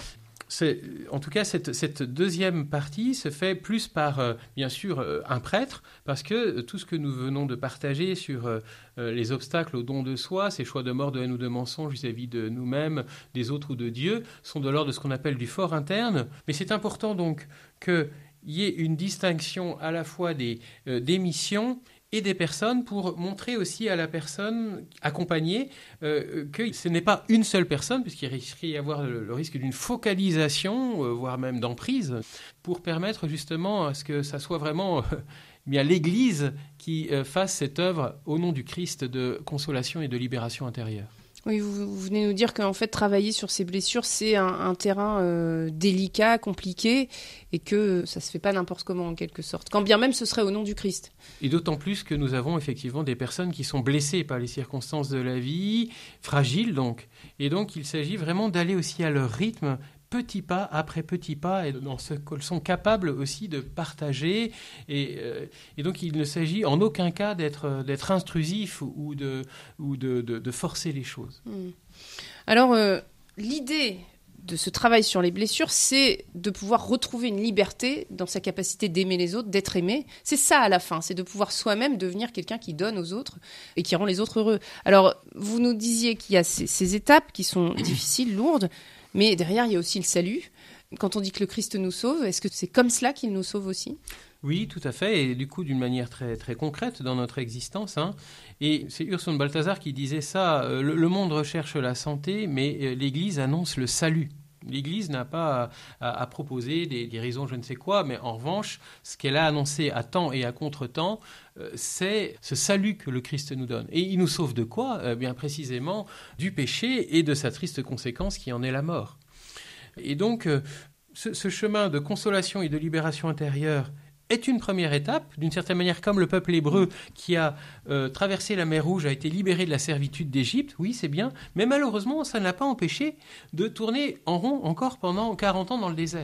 en tout cas, cette deuxième partie se fait plus par, bien sûr, un prêtre, parce que tout ce que nous venons de partager sur les obstacles au don de soi, ces choix de mort, de haine ou de mensonge vis-à-vis de nous-mêmes, des autres ou de Dieu, sont de l'ordre de ce qu'on appelle du fort interne. Mais c'est important donc qu'il y ait une distinction à la fois des missions et des personnes pour montrer aussi à la personne accompagnée que ce n'est pas une seule personne, puisqu'il risquerait d'y avoir le risque d'une focalisation, voire même d'emprise, pour permettre justement à ce que ça soit vraiment bien l'Église qui fasse cette œuvre au nom du Christ de consolation et de libération intérieure. Oui, vous venez nous dire qu'en fait, travailler sur ces blessures, c'est un terrain délicat, compliqué, et que ça ne se fait pas n'importe comment, en quelque sorte. Quand bien même ce serait au nom du Christ. Et d'autant plus que nous avons effectivement des personnes qui sont blessées par les circonstances de la vie, fragiles donc. Et donc, il s'agit vraiment d'aller aussi à leur rythme, petit pas après petit pas, et dans ce qu'elles sont capables aussi de partager. Et donc, il ne s'agit en aucun cas d'être intrusif ou de forcer les choses. Alors, l'idée de ce travail sur les blessures, c'est de pouvoir retrouver une liberté dans sa capacité d'aimer les autres, d'être aimé. C'est ça à la fin, c'est de pouvoir soi-même devenir quelqu'un qui donne aux autres et qui rend les autres heureux. Alors, vous nous disiez qu'il y a ces étapes qui sont difficiles, lourdes, mais derrière, il y a aussi le salut. Quand on dit que le Christ nous sauve, est-ce que c'est comme cela qu'il nous sauve aussi ? Oui, tout à fait, et du coup d'une manière très, très concrète dans notre existence. Et c'est Urson Balthazar qui disait ça, le monde recherche la santé, mais l'Église annonce le salut. L'Église n'a pas à proposer des guérisons, je ne sais quoi, mais en revanche, ce qu'elle a annoncé à temps et à contre-temps, c'est ce salut que le Christ nous donne. Et il nous sauve de quoi ? Bien précisément du péché et de sa triste conséquence qui en est la mort. Et donc, ce chemin de consolation et de libération intérieure est une première étape, d'une certaine manière comme le peuple hébreu qui a traversé la mer Rouge a été libéré de la servitude d'Égypte, oui c'est bien, mais malheureusement ça ne l'a pas empêché de tourner en rond encore pendant 40 ans dans le désert.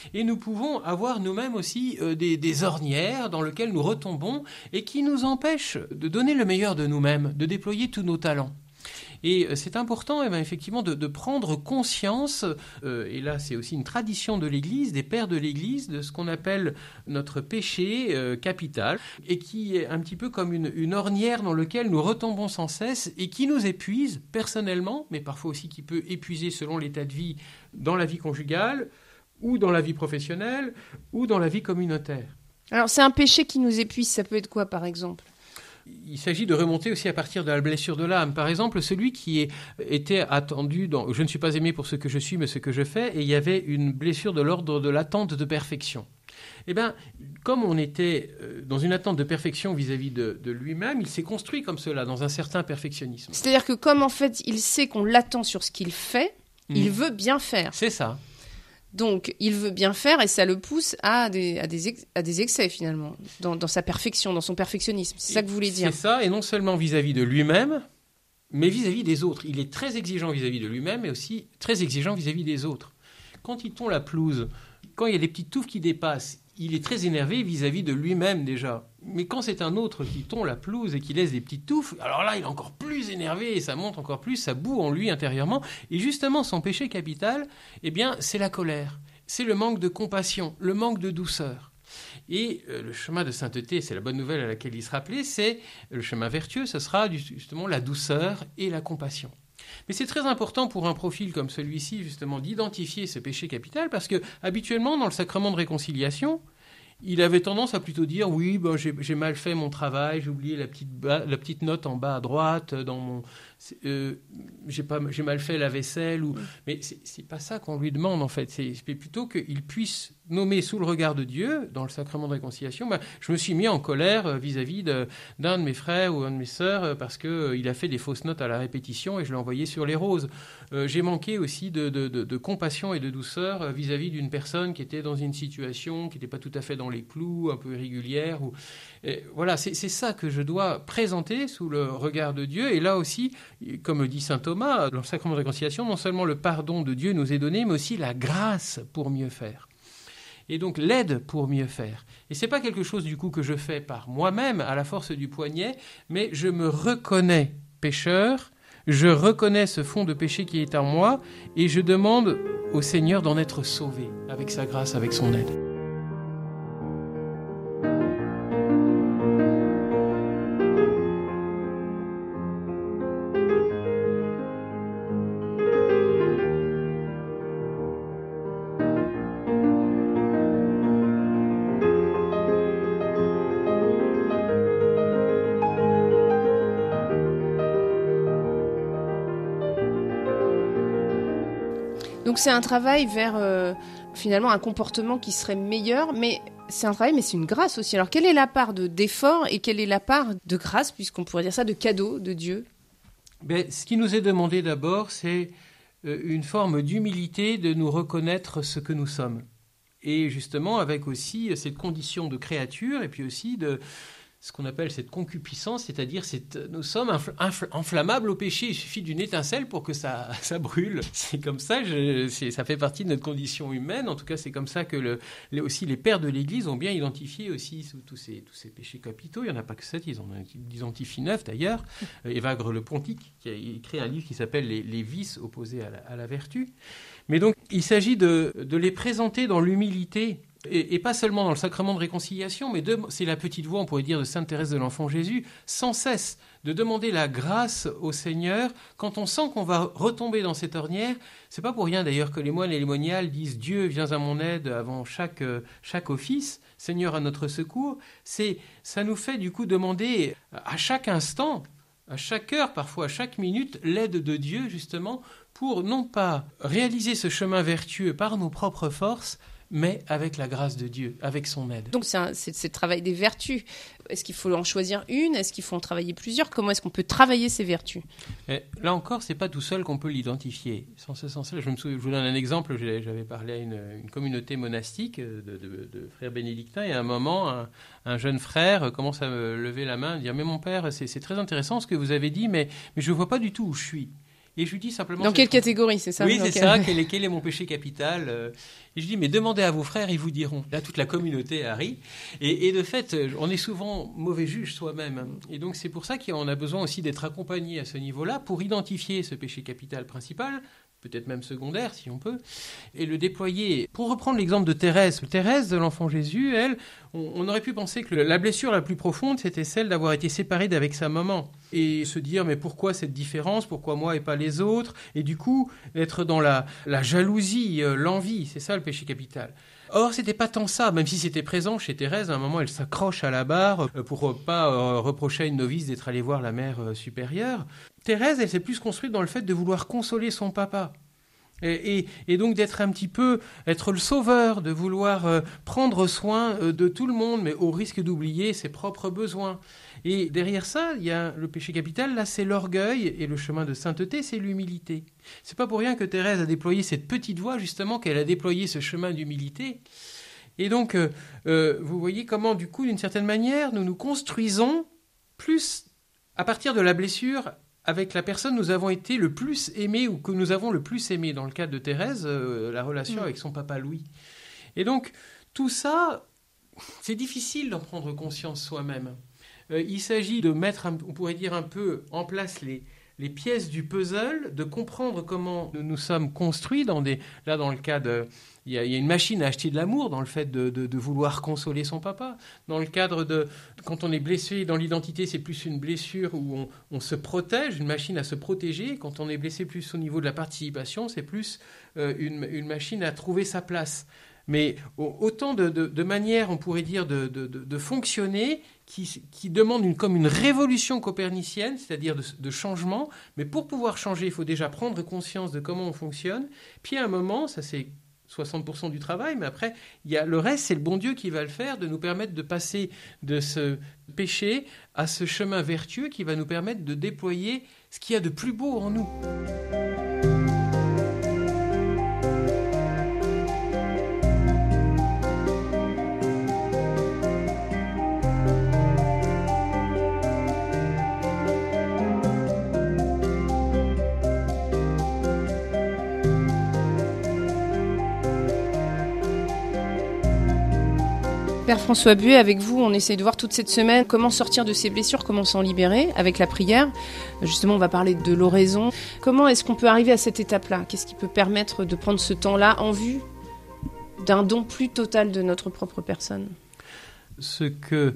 Et nous pouvons avoir nous-mêmes aussi des ornières dans lesquelles nous retombons et qui nous empêchent de donner le meilleur de nous-mêmes, de déployer tous nos talents. Et c'est important, effectivement, de prendre conscience, et là c'est aussi une tradition de l'Église, des pères de l'Église, de ce qu'on appelle notre péché capital, et qui est un petit peu comme une ornière dans laquelle nous retombons sans cesse et qui nous épuise personnellement, mais parfois aussi qui peut épuiser selon l'état de vie dans la vie conjugale, ou dans la vie professionnelle, ou dans la vie communautaire. Alors c'est un péché qui nous épuise, ça peut être quoi par exemple ? Il s'agit de remonter aussi à partir de la blessure de l'âme. Par exemple, celui qui était attendu dans « Je ne suis pas aimé pour ce que je suis, mais ce que je fais », et il y avait une blessure de l'ordre de l'attente de perfection. Eh bien, comme on était dans une attente de perfection vis-à-vis de lui-même, il s'est construit comme cela, dans un certain perfectionnisme. C'est-à-dire que comme en fait, il sait qu'on l'attend sur ce qu'il fait, il veut bien faire. C'est ça. Donc, il veut bien faire et ça le pousse à des excès, finalement, dans sa perfection, dans son perfectionnisme. C'est ça que vous voulez dire. C'est ça, et non seulement vis-à-vis de lui-même, mais vis-à-vis des autres. Il est très exigeant vis-à-vis de lui-même, mais aussi très exigeant vis-à-vis des autres. Quand il tond la pelouse, quand il y a des petites touffes qui dépassent, il est très énervé vis-à-vis de lui-même déjà. Mais quand c'est un autre qui tond la pelouse et qui laisse des petites touffes, alors là, il est encore plus énervé et ça monte encore plus, ça boue en lui intérieurement. Et justement, son péché capital, eh bien, c'est la colère. C'est le manque de compassion, le manque de douceur. Et le chemin de sainteté, c'est la bonne nouvelle à laquelle il se rappelait, c'est le chemin vertueux, ce sera justement la douceur et la compassion. Mais c'est très important pour un profil comme celui-ci, justement, d'identifier ce péché capital, parce que habituellement, dans le sacrement de réconciliation, il avait tendance à plutôt dire « Oui, ben, j'ai mal fait mon travail, j'ai oublié la petite note en bas à droite, j'ai mal fait la vaisselle. » Mais c'est pas ça qu'on lui demande, en fait. C'est plutôt qu'il puisse nommer sous le regard de Dieu, dans le sacrement de réconciliation, je me suis mis en colère vis-à-vis d'un de mes frères ou de mes sœurs parce qu'il a fait des fausses notes à la répétition et je l'ai envoyé sur les roses. J'ai manqué aussi de compassion et de douceur vis-à-vis d'une personne qui était dans une situation qui n'était pas tout à fait dans les clous, un peu irrégulière. Voilà, c'est ça que je dois présenter sous le regard de Dieu. Et là aussi, comme le dit saint Thomas, dans le sacrement de réconciliation, non seulement le pardon de Dieu nous est donné, mais aussi la grâce pour mieux faire. Et donc l'aide pour mieux faire. Et ce n'est pas quelque chose du coup que je fais par moi-même à la force du poignet, mais je me reconnais pécheur, je reconnais ce fond de péché qui est en moi et je demande au Seigneur d'en être sauvé avec sa grâce, avec son aide. Donc c'est un travail vers finalement un comportement qui serait meilleur, mais c'est un travail, mais c'est une grâce aussi. Alors quelle est la part d'effort et quelle est la part de grâce, puisqu'on pourrait dire ça, de cadeau de Dieu ? Ce qui nous est demandé d'abord, c'est une forme d'humilité de nous reconnaître ce que nous sommes. Et justement avec aussi cette condition de créature et puis aussi de ce qu'on appelle cette concupiscence, c'est-à-dire nous sommes inflammables au péché. Il suffit d'une étincelle pour que ça brûle. C'est comme ça, ça fait partie de notre condition humaine. En tout cas, c'est comme ça que aussi les pères de l'Église ont bien identifié aussi tous ces péchés capitaux. Il n'y en a pas que 7, ils en identifient 9 d'ailleurs. Évagre le Pontique qui a écrit un livre qui s'appelle « Les vices opposés à la vertu ». Mais donc, il s'agit de les présenter dans l'humilité. Et pas seulement dans le sacrement de réconciliation, mais c'est la petite voix, on pourrait dire, de Sainte Thérèse de l'Enfant Jésus, sans cesse de demander la grâce au Seigneur quand on sent qu'on va retomber dans cette ornière. C'est pas pour rien d'ailleurs que les moines et les moniales disent « Dieu, viens à mon aide » avant chaque office, « Seigneur, à notre secours ». Ça nous fait du coup demander à chaque instant, à chaque heure, parfois à chaque minute, l'aide de Dieu justement pour non pas réaliser ce chemin vertueux par nos propres forces, mais avec la grâce de Dieu, avec son aide. Donc c'est le travail des vertus. Est-ce qu'il faut en choisir une ? Est-ce qu'il faut en travailler plusieurs ? Comment est-ce qu'on peut travailler ces vertus ? Là encore, c'est pas tout seul qu'on peut l'identifier. Sans ce sens-là, je vous donne un exemple. J'avais parlé à une communauté monastique de frères bénédictins, et à un moment, un jeune frère commence à me lever la main et dire « Mais mon père, c'est très intéressant ce que vous avez dit, mais je ne vois pas du tout où je suis. » Et je lui dis simplement... Dans quelle catégorie, c'est ça? Oui, c'est ça. Quel est mon péché capital? Et je dis, mais demandez à vos frères, ils vous diront. Là, toute la communauté a ri. Et de fait, on est souvent mauvais juge soi-même. Et donc, c'est pour ça qu'on a besoin aussi d'être accompagné à ce niveau-là pour identifier ce péché capital principal, peut-être même secondaire si on peut, et le déployer. Pour reprendre l'exemple de Thérèse de l'enfant Jésus, elle, on aurait pu penser que la blessure la plus profonde, c'était celle d'avoir été séparée d'avec sa maman. Et se dire, mais pourquoi cette différence? Pourquoi moi et pas les autres? Et du coup, être dans la jalousie, l'envie, c'est ça le péché capital. Or, c'était pas tant ça, même si c'était présent chez Thérèse. À un moment, elle s'accroche à la barre pour pas reprocher à une novice d'être allée voir la mère supérieure. Thérèse, elle s'est plus construite dans le fait de vouloir consoler son papa. Et donc d'être un petit peu, être le sauveur, de vouloir prendre soin de tout le monde, mais au risque d'oublier ses propres besoins. Et derrière ça, il y a le péché capital, là c'est l'orgueil, et le chemin de sainteté, c'est l'humilité. C'est pas pour rien que Thérèse a déployé cette petite voie, justement, qu'elle a déployé ce chemin d'humilité. Et donc, vous voyez comment, du coup, d'une certaine manière, nous nous construisons plus à partir de la blessure avec la personne nous avons été le plus aimés ou que nous avons le plus aimé. Dans le cas de Thérèse, la relation avec son papa Louis. Et donc, tout ça, c'est difficile d'en prendre conscience soi-même. Il s'agit de mettre, on pourrait dire un peu, en place les pièces du puzzle, de comprendre comment nous sommes construits. Là, dans le cas de... Il y a une machine à acheter de l'amour dans le fait de vouloir consoler son papa. Dans le cadre de... Quand on est blessé dans l'identité, c'est plus une blessure où on se protège, une machine à se protéger. Quand on est blessé plus au niveau de la participation, c'est plus une machine à trouver sa place. Mais autant de manières, on pourrait dire, de fonctionner qui demandent comme une révolution copernicienne, c'est-à-dire de changement. Mais pour pouvoir changer, il faut déjà prendre conscience de comment on fonctionne. Puis à un moment, ça c'est 60% du travail, mais après, il y a le reste, c'est le bon Dieu qui va le faire, de nous permettre de passer de ce péché à ce chemin vertueux qui va nous permettre de déployer ce qu'il y a de plus beau en nous. Père François Buet, avec vous, on essaie de voir toute cette semaine comment sortir de ces blessures, comment s'en libérer avec la prière. Justement, on va parler de l'oraison. Comment est-ce qu'on peut arriver à cette étape-là? Qu'est-ce qui peut permettre de prendre ce temps-là en vue d'un don plus total de notre propre personne? Ce que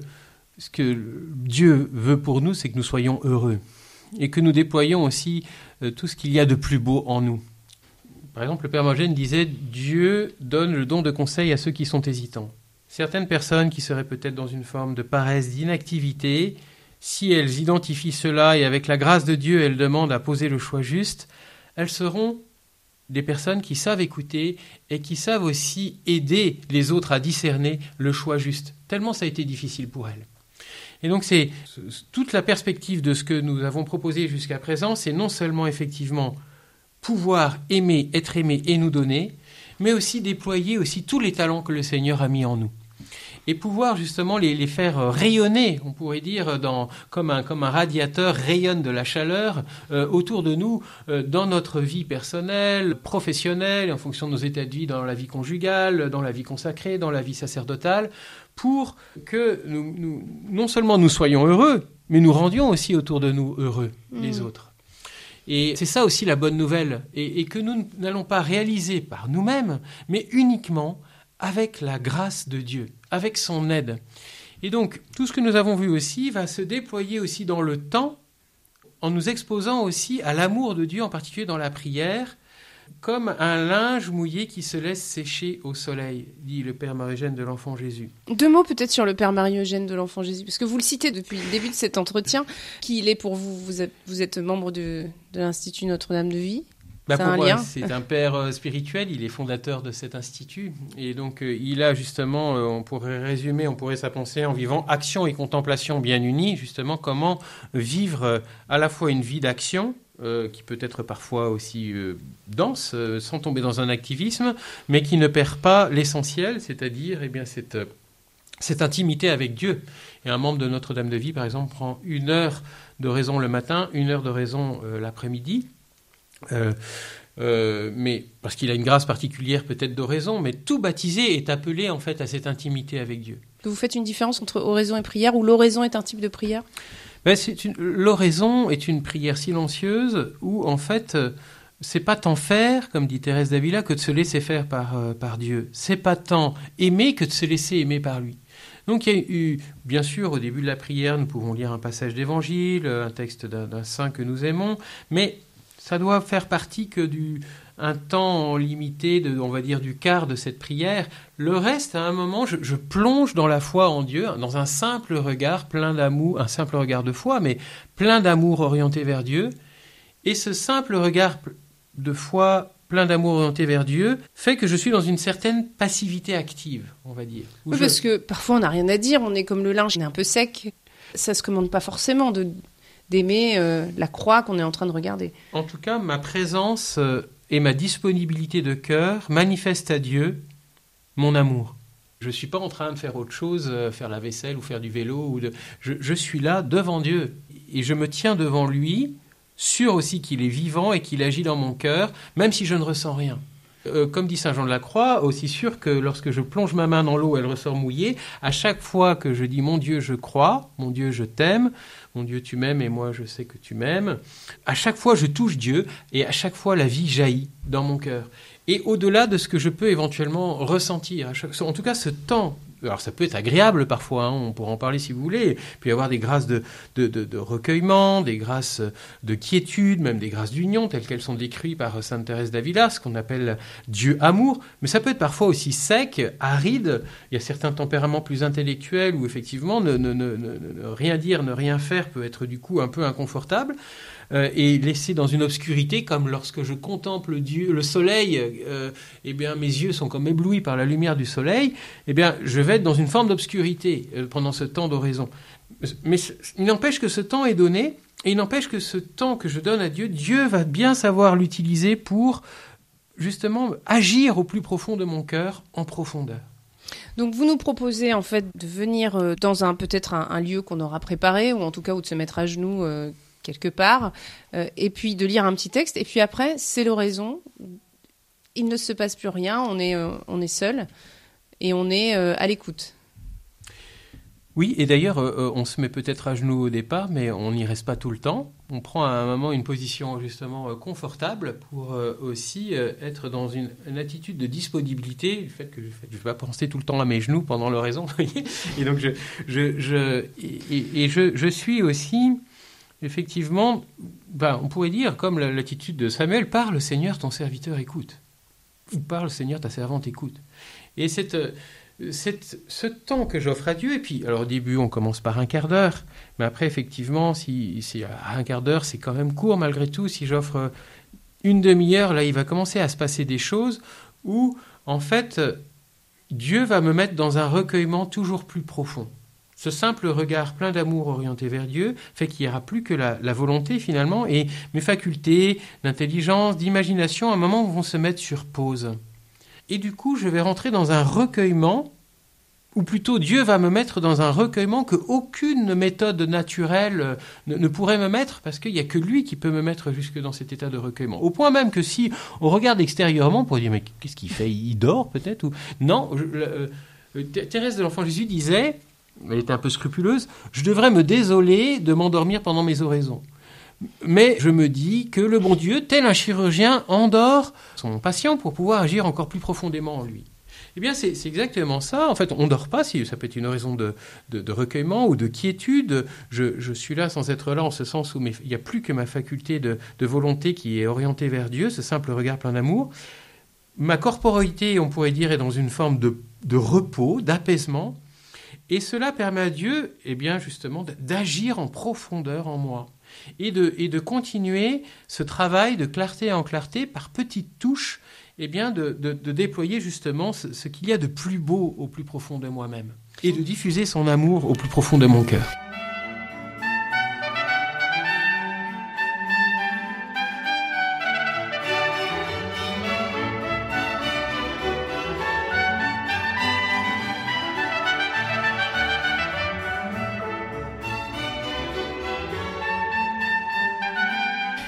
Dieu veut pour nous, c'est que nous soyons heureux et que nous déployions aussi tout ce qu'il y a de plus beau en nous. Par exemple, le Père Mogène disait « Dieu donne le don de conseil à ceux qui sont hésitants ». Certaines personnes qui seraient peut-être dans une forme de paresse, d'inactivité, si elles identifient cela et avec la grâce de Dieu, elles demandent à poser le choix juste, elles seront des personnes qui savent écouter et qui savent aussi aider les autres à discerner le choix juste, tellement ça a été difficile pour elles. Et donc c'est toute la perspective de ce que nous avons proposé jusqu'à présent, c'est non seulement effectivement pouvoir aimer, être aimé et nous donner, mais aussi déployer aussi tous les talents que le Seigneur a mis en nous. Et pouvoir justement les faire rayonner, on pourrait dire, comme un radiateur rayonne de la chaleur autour de nous, dans notre vie personnelle, professionnelle, en fonction de nos états de vie dans la vie conjugale, dans la vie consacrée, dans la vie sacerdotale, pour que nous non seulement nous soyons heureux, mais nous rendions aussi autour de nous heureux, les autres. Et c'est ça aussi la bonne nouvelle, et que nous n'allons pas réaliser par nous-mêmes, mais uniquement avec la grâce de Dieu, avec son aide. Et donc, tout ce que nous avons vu aussi va se déployer aussi dans le temps, en nous exposant aussi à l'amour de Dieu, en particulier dans la prière, comme un linge mouillé qui se laisse sécher au soleil, dit le Père Marie-Eugène de l'Enfant Jésus. 2 mots peut-être sur le Père Marie-Eugène de l'Enfant Jésus, parce que vous le citez depuis le début de cet entretien. Qui il est pour vous? Vous êtes membre de l'Institut Notre-Dame de Vie. Pour moi, c'est un père spirituel, il est fondateur de cet institut. Et donc, il a justement, on pourrait sa pensée en vivant action et contemplation bien unies, justement, comment vivre à la fois une vie d'action, qui peut être parfois aussi dense, sans tomber dans un activisme, mais qui ne perd pas l'essentiel, c'est-à-dire cette intimité avec Dieu. Et un membre de Notre-Dame de Vie, par exemple, prend 1 heure d'oraison le matin, 1 heure d'oraison l'après-midi, Mais parce qu'il a une grâce particulière peut-être d'oraison, mais tout baptisé est appelé en fait à cette intimité avec Dieu. Vous faites une différence entre oraison et prière, ou l'oraison est un type de prière ? L'oraison est une prière silencieuse où en fait c'est pas tant faire, comme dit Thérèse d'Avila, que de se laisser faire par Dieu. C'est pas tant aimer que de se laisser aimer par lui. Donc il y a eu, bien sûr, au début de la prière, nous pouvons lire un passage d'évangile, un texte d'un saint que nous aimons, mais ça doit faire partie que un temps limité, on va dire du quart de cette prière. Le reste, à un moment, je plonge dans la foi en Dieu, dans un simple regard plein d'amour, un simple regard de foi, mais plein d'amour orienté vers Dieu. Et ce simple regard de foi plein d'amour orienté vers Dieu fait que je suis dans une certaine passivité active, on va dire. Oui, parce que parfois on n'a rien à dire, on est comme le linge, on est un peu sec. Ça ne se commande pas forcément d'aimer la croix qu'on est en train de regarder. En tout cas, ma présence et ma disponibilité de cœur manifestent à Dieu mon amour. Je ne suis pas en train de faire autre chose, faire la vaisselle ou faire du vélo. Je suis là devant Dieu et je me tiens devant lui, sûr aussi qu'il est vivant et qu'il agit dans mon cœur, même si je ne ressens rien. Comme dit saint Jean de la Croix, aussi sûr que lorsque je plonge ma main dans l'eau, elle ressort mouillée. À chaque fois que je dis « Mon Dieu, je crois »,« Mon Dieu, je t'aime »,« Mon Dieu, tu m'aimes et moi, je sais que tu m'aimes », à chaque fois, je touche Dieu et à chaque fois, la vie jaillit dans mon cœur. Et au-delà de ce que je peux éventuellement ressentir, en tout cas, ce temps, alors ça peut être agréable parfois, hein, on pourra en parler si vous voulez, il peut y avoir des grâces de recueillement, des grâces de quiétude, même des grâces d'union, telles qu'elles sont décrites par sainte Thérèse d'Avila, ce qu'on appelle Dieu amour, mais ça peut être parfois aussi sec, aride. Il y a certains tempéraments plus intellectuels où effectivement ne rien dire, ne rien faire peut être du coup un peu inconfortable. Et laissé dans une obscurité, comme lorsque je contemple Dieu, le soleil, eh bien mes yeux sont comme éblouis par la lumière du soleil, eh bien je vais être dans une forme d'obscurité pendant ce temps d'oraison. Mais il n'empêche que ce temps est donné, et il n'empêche que ce temps que je donne à Dieu, Dieu va bien savoir l'utiliser pour justement agir au plus profond de mon cœur, en profondeur. Donc vous nous proposez en fait de venir dans peut-être un lieu qu'on aura préparé, ou en tout cas où de se mettre à genoux quelque part, et puis de lire un petit texte, et puis après, c'est l'oraison. Il ne se passe plus rien, on est seul, et on est à l'écoute. Oui, et d'ailleurs, on se met peut-être à genoux au départ, mais on n'y reste pas tout le temps. On prend à un moment une position justement confortable pour aussi être dans une attitude de disponibilité, du fait que je ne vais pas penser tout le temps à mes genoux pendant l'oraison, vous voyez. Et donc, je suis aussi... Effectivement, on pourrait dire, comme l'attitude de Samuel, « Parle, Seigneur, ton serviteur écoute ». Ou « Parle, Seigneur, ta servante écoute ». Et ce temps que j'offre à Dieu, et puis, alors au début, on commence par un quart d'heure, mais après, effectivement, si un quart d'heure, c'est quand même court malgré tout. Si j'offre une demi-heure, là, il va commencer à se passer des choses où, en fait, Dieu va me mettre dans un recueillement toujours plus profond. Ce simple regard plein d'amour orienté vers Dieu fait qu'il n'y aura plus que la volonté finalement, et mes facultés d'intelligence, d'imagination, à un moment vont se mettre sur pause. Et du coup, je vais rentrer dans un recueillement, ou plutôt Dieu va me mettre dans un recueillement qu'aucune méthode naturelle ne pourrait me mettre, parce qu'il n'y a que lui qui peut me mettre jusque dans cet état de recueillement. Au point même que si on regarde extérieurement, on pourrait dire « mais qu'est-ce qu'il fait ? Il dort peut-être ?» ou... Non, Thérèse de l'Enfant Jésus disait... Elle était un peu scrupuleuse. Je devrais me désoler de m'endormir pendant mes oraisons. Mais je me dis que le bon Dieu, tel un chirurgien, endort son patient pour pouvoir agir encore plus profondément en lui. Eh bien, c'est exactement ça. En fait, on ne dort pas, si ça peut être une raison de recueillement ou de quiétude. Je suis là sans être là, en ce sens où il n'y a plus que ma faculté de volonté qui est orientée vers Dieu, ce simple regard plein d'amour. Ma corporalité, on pourrait dire, est dans une forme de repos, d'apaisement. Et cela permet à Dieu, eh bien, justement, d'agir en profondeur en moi et de continuer ce travail de clarté en clarté par petites touches, eh bien, de déployer justement ce qu'il y a de plus beau au plus profond de moi-même et de diffuser son amour au plus profond de mon cœur.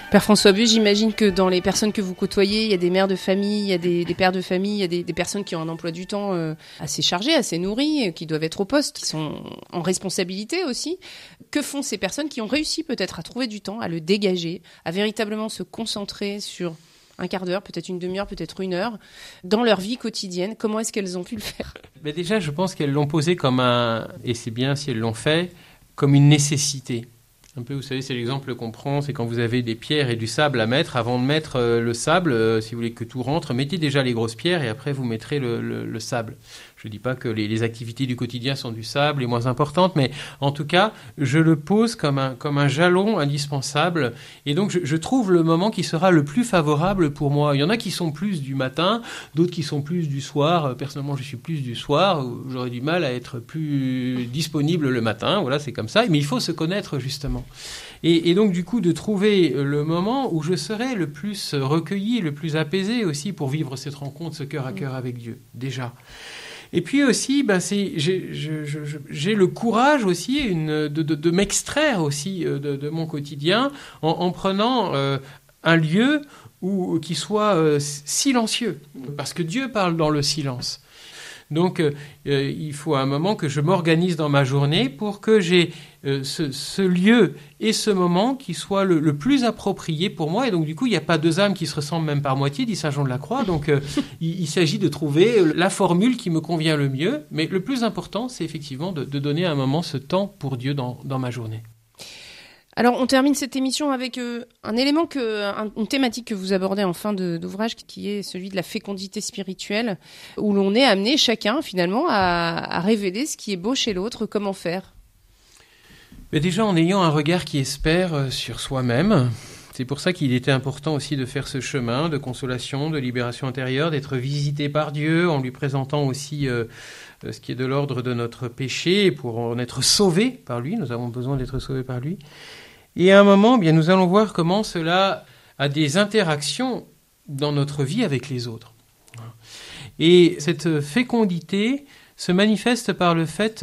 Père François Bué, j'imagine que dans les personnes que vous côtoyez, il y a des mères de famille, il y a des pères de famille, il y a des personnes qui ont un emploi du temps assez chargé, assez nourri, qui doivent être au poste, qui sont en responsabilité aussi. Que font ces personnes qui ont réussi peut-être à trouver du temps, à le dégager, à véritablement se concentrer sur un quart d'heure, peut-être une demi-heure, peut-être une heure, dans leur vie quotidienne? Comment est-ce qu'elles ont pu le faire? Mais déjà, je pense qu'elles l'ont posé comme et c'est bien si elles l'ont fait, comme une nécessité. Un peu, vous savez, c'est l'exemple qu'on prend, c'est quand vous avez des pierres et du sable à mettre. Avant de mettre le sable, si vous voulez que tout rentre, mettez déjà les grosses pierres et après vous mettrez le sable. Je ne dis pas que les activités du quotidien sont du sable et moins importantes, mais en tout cas, je le pose comme un jalon indispensable. Et donc, je trouve le moment qui sera le plus favorable pour moi. Il y en a qui sont plus du matin, d'autres qui sont plus du soir. Personnellement, je suis plus du soir. J'aurais du mal à être plus disponible le matin. Voilà, c'est comme ça. Mais il faut se connaître, justement. Et donc, du coup, de trouver le moment où je serai le plus recueilli, le plus apaisé aussi pour vivre cette rencontre, ce cœur à cœur avec Dieu, déjà. Et puis aussi, j'ai le courage aussi de m'extraire aussi de mon quotidien en prenant un lieu qui soit silencieux. Parce que Dieu parle dans le silence. Donc, il faut à un moment que je m'organise dans ma journée pour que j'ai ce lieu et ce moment qui soit le plus approprié pour moi. Et donc, du coup, il n'y a pas deux âmes qui se ressemblent même par moitié, dit saint Jean de la Croix. Donc, il s'agit de trouver la formule qui me convient le mieux. Mais le plus important, c'est effectivement de donner à un moment ce temps pour Dieu dans ma journée. Alors, on termine cette émission avec un élément, une thématique que vous abordez en fin d'ouvrage, qui est celui de la fécondité spirituelle, où l'on est amené chacun, finalement, à révéler ce qui est beau chez l'autre. Comment faire? Mais déjà, en ayant un regard qui espère sur soi-même. C'est pour ça qu'il était important aussi de faire ce chemin de consolation, de libération intérieure, d'être visité par Dieu, en lui présentant aussi ce qui est de l'ordre de notre péché, pour en être sauvés par lui. Nous avons besoin d'être sauvés par lui. Et à un moment, bien, nous allons voir comment cela a des interactions dans notre vie avec les autres. Et cette fécondité se manifeste par le fait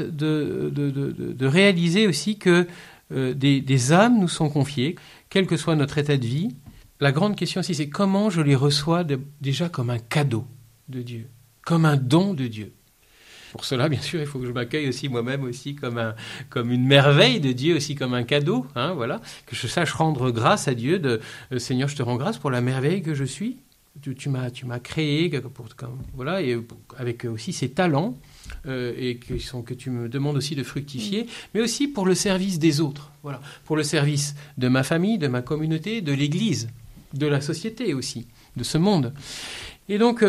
de réaliser aussi que des âmes nous sont confiées, quel que soit notre état de vie. La grande question aussi, c'est comment je les reçois déjà comme un cadeau de Dieu, comme un don de Dieu. Pour cela, bien sûr, il faut que je m'accueille aussi moi-même aussi comme une merveille de Dieu, aussi comme un cadeau, voilà, que je sache rendre grâce à Dieu. Seigneur, je te rends grâce pour la merveille que je suis. Tu m'as créé, voilà, et avec aussi ces talents et que tu me demandes aussi de fructifier, mais aussi pour le service des autres, voilà, pour le service de ma famille, de ma communauté, de l'Église, de la société aussi, de ce monde. Et donc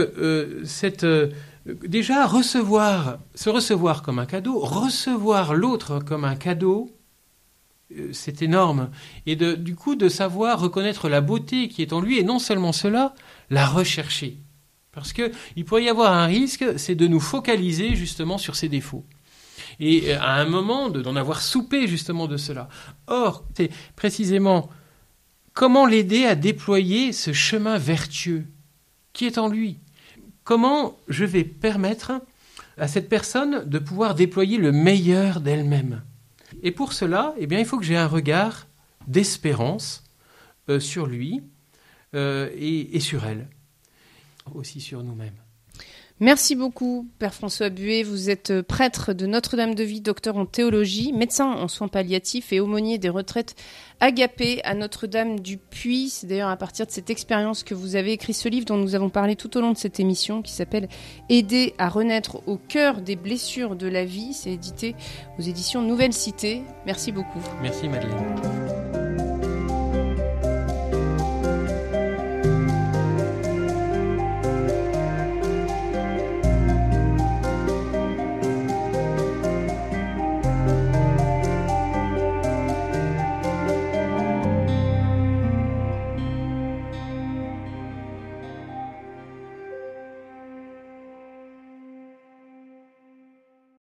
déjà se recevoir comme un cadeau, recevoir l'autre comme un cadeau, c'est énorme. Et du coup de savoir reconnaître la beauté qui est en lui, et non seulement cela, la rechercher. Parce qu'il pourrait y avoir un risque, c'est de nous focaliser justement sur ses défauts. Et à un moment, d'en avoir soupé justement de cela. Or, c'est précisément comment l'aider à déployer ce chemin vertueux qui est en lui. Comment je vais permettre à cette personne de pouvoir déployer le meilleur d'elle-même. Et pour cela, il faut que j'ai un regard d'espérance sur lui et sur elle, aussi sur nous-mêmes. Merci beaucoup, Père François Bué. Vous êtes prêtre de Notre-Dame-de-Vie, docteur en théologie, médecin en soins palliatifs et aumônier des retraites agapées à Notre-Dame-du-Puy. C'est d'ailleurs à partir de cette expérience que vous avez écrit ce livre dont nous avons parlé tout au long de cette émission, qui s'appelle « Aider à renaître au cœur des blessures de la vie ». C'est édité aux éditions Nouvelle Cité. Merci beaucoup. Merci Madeleine.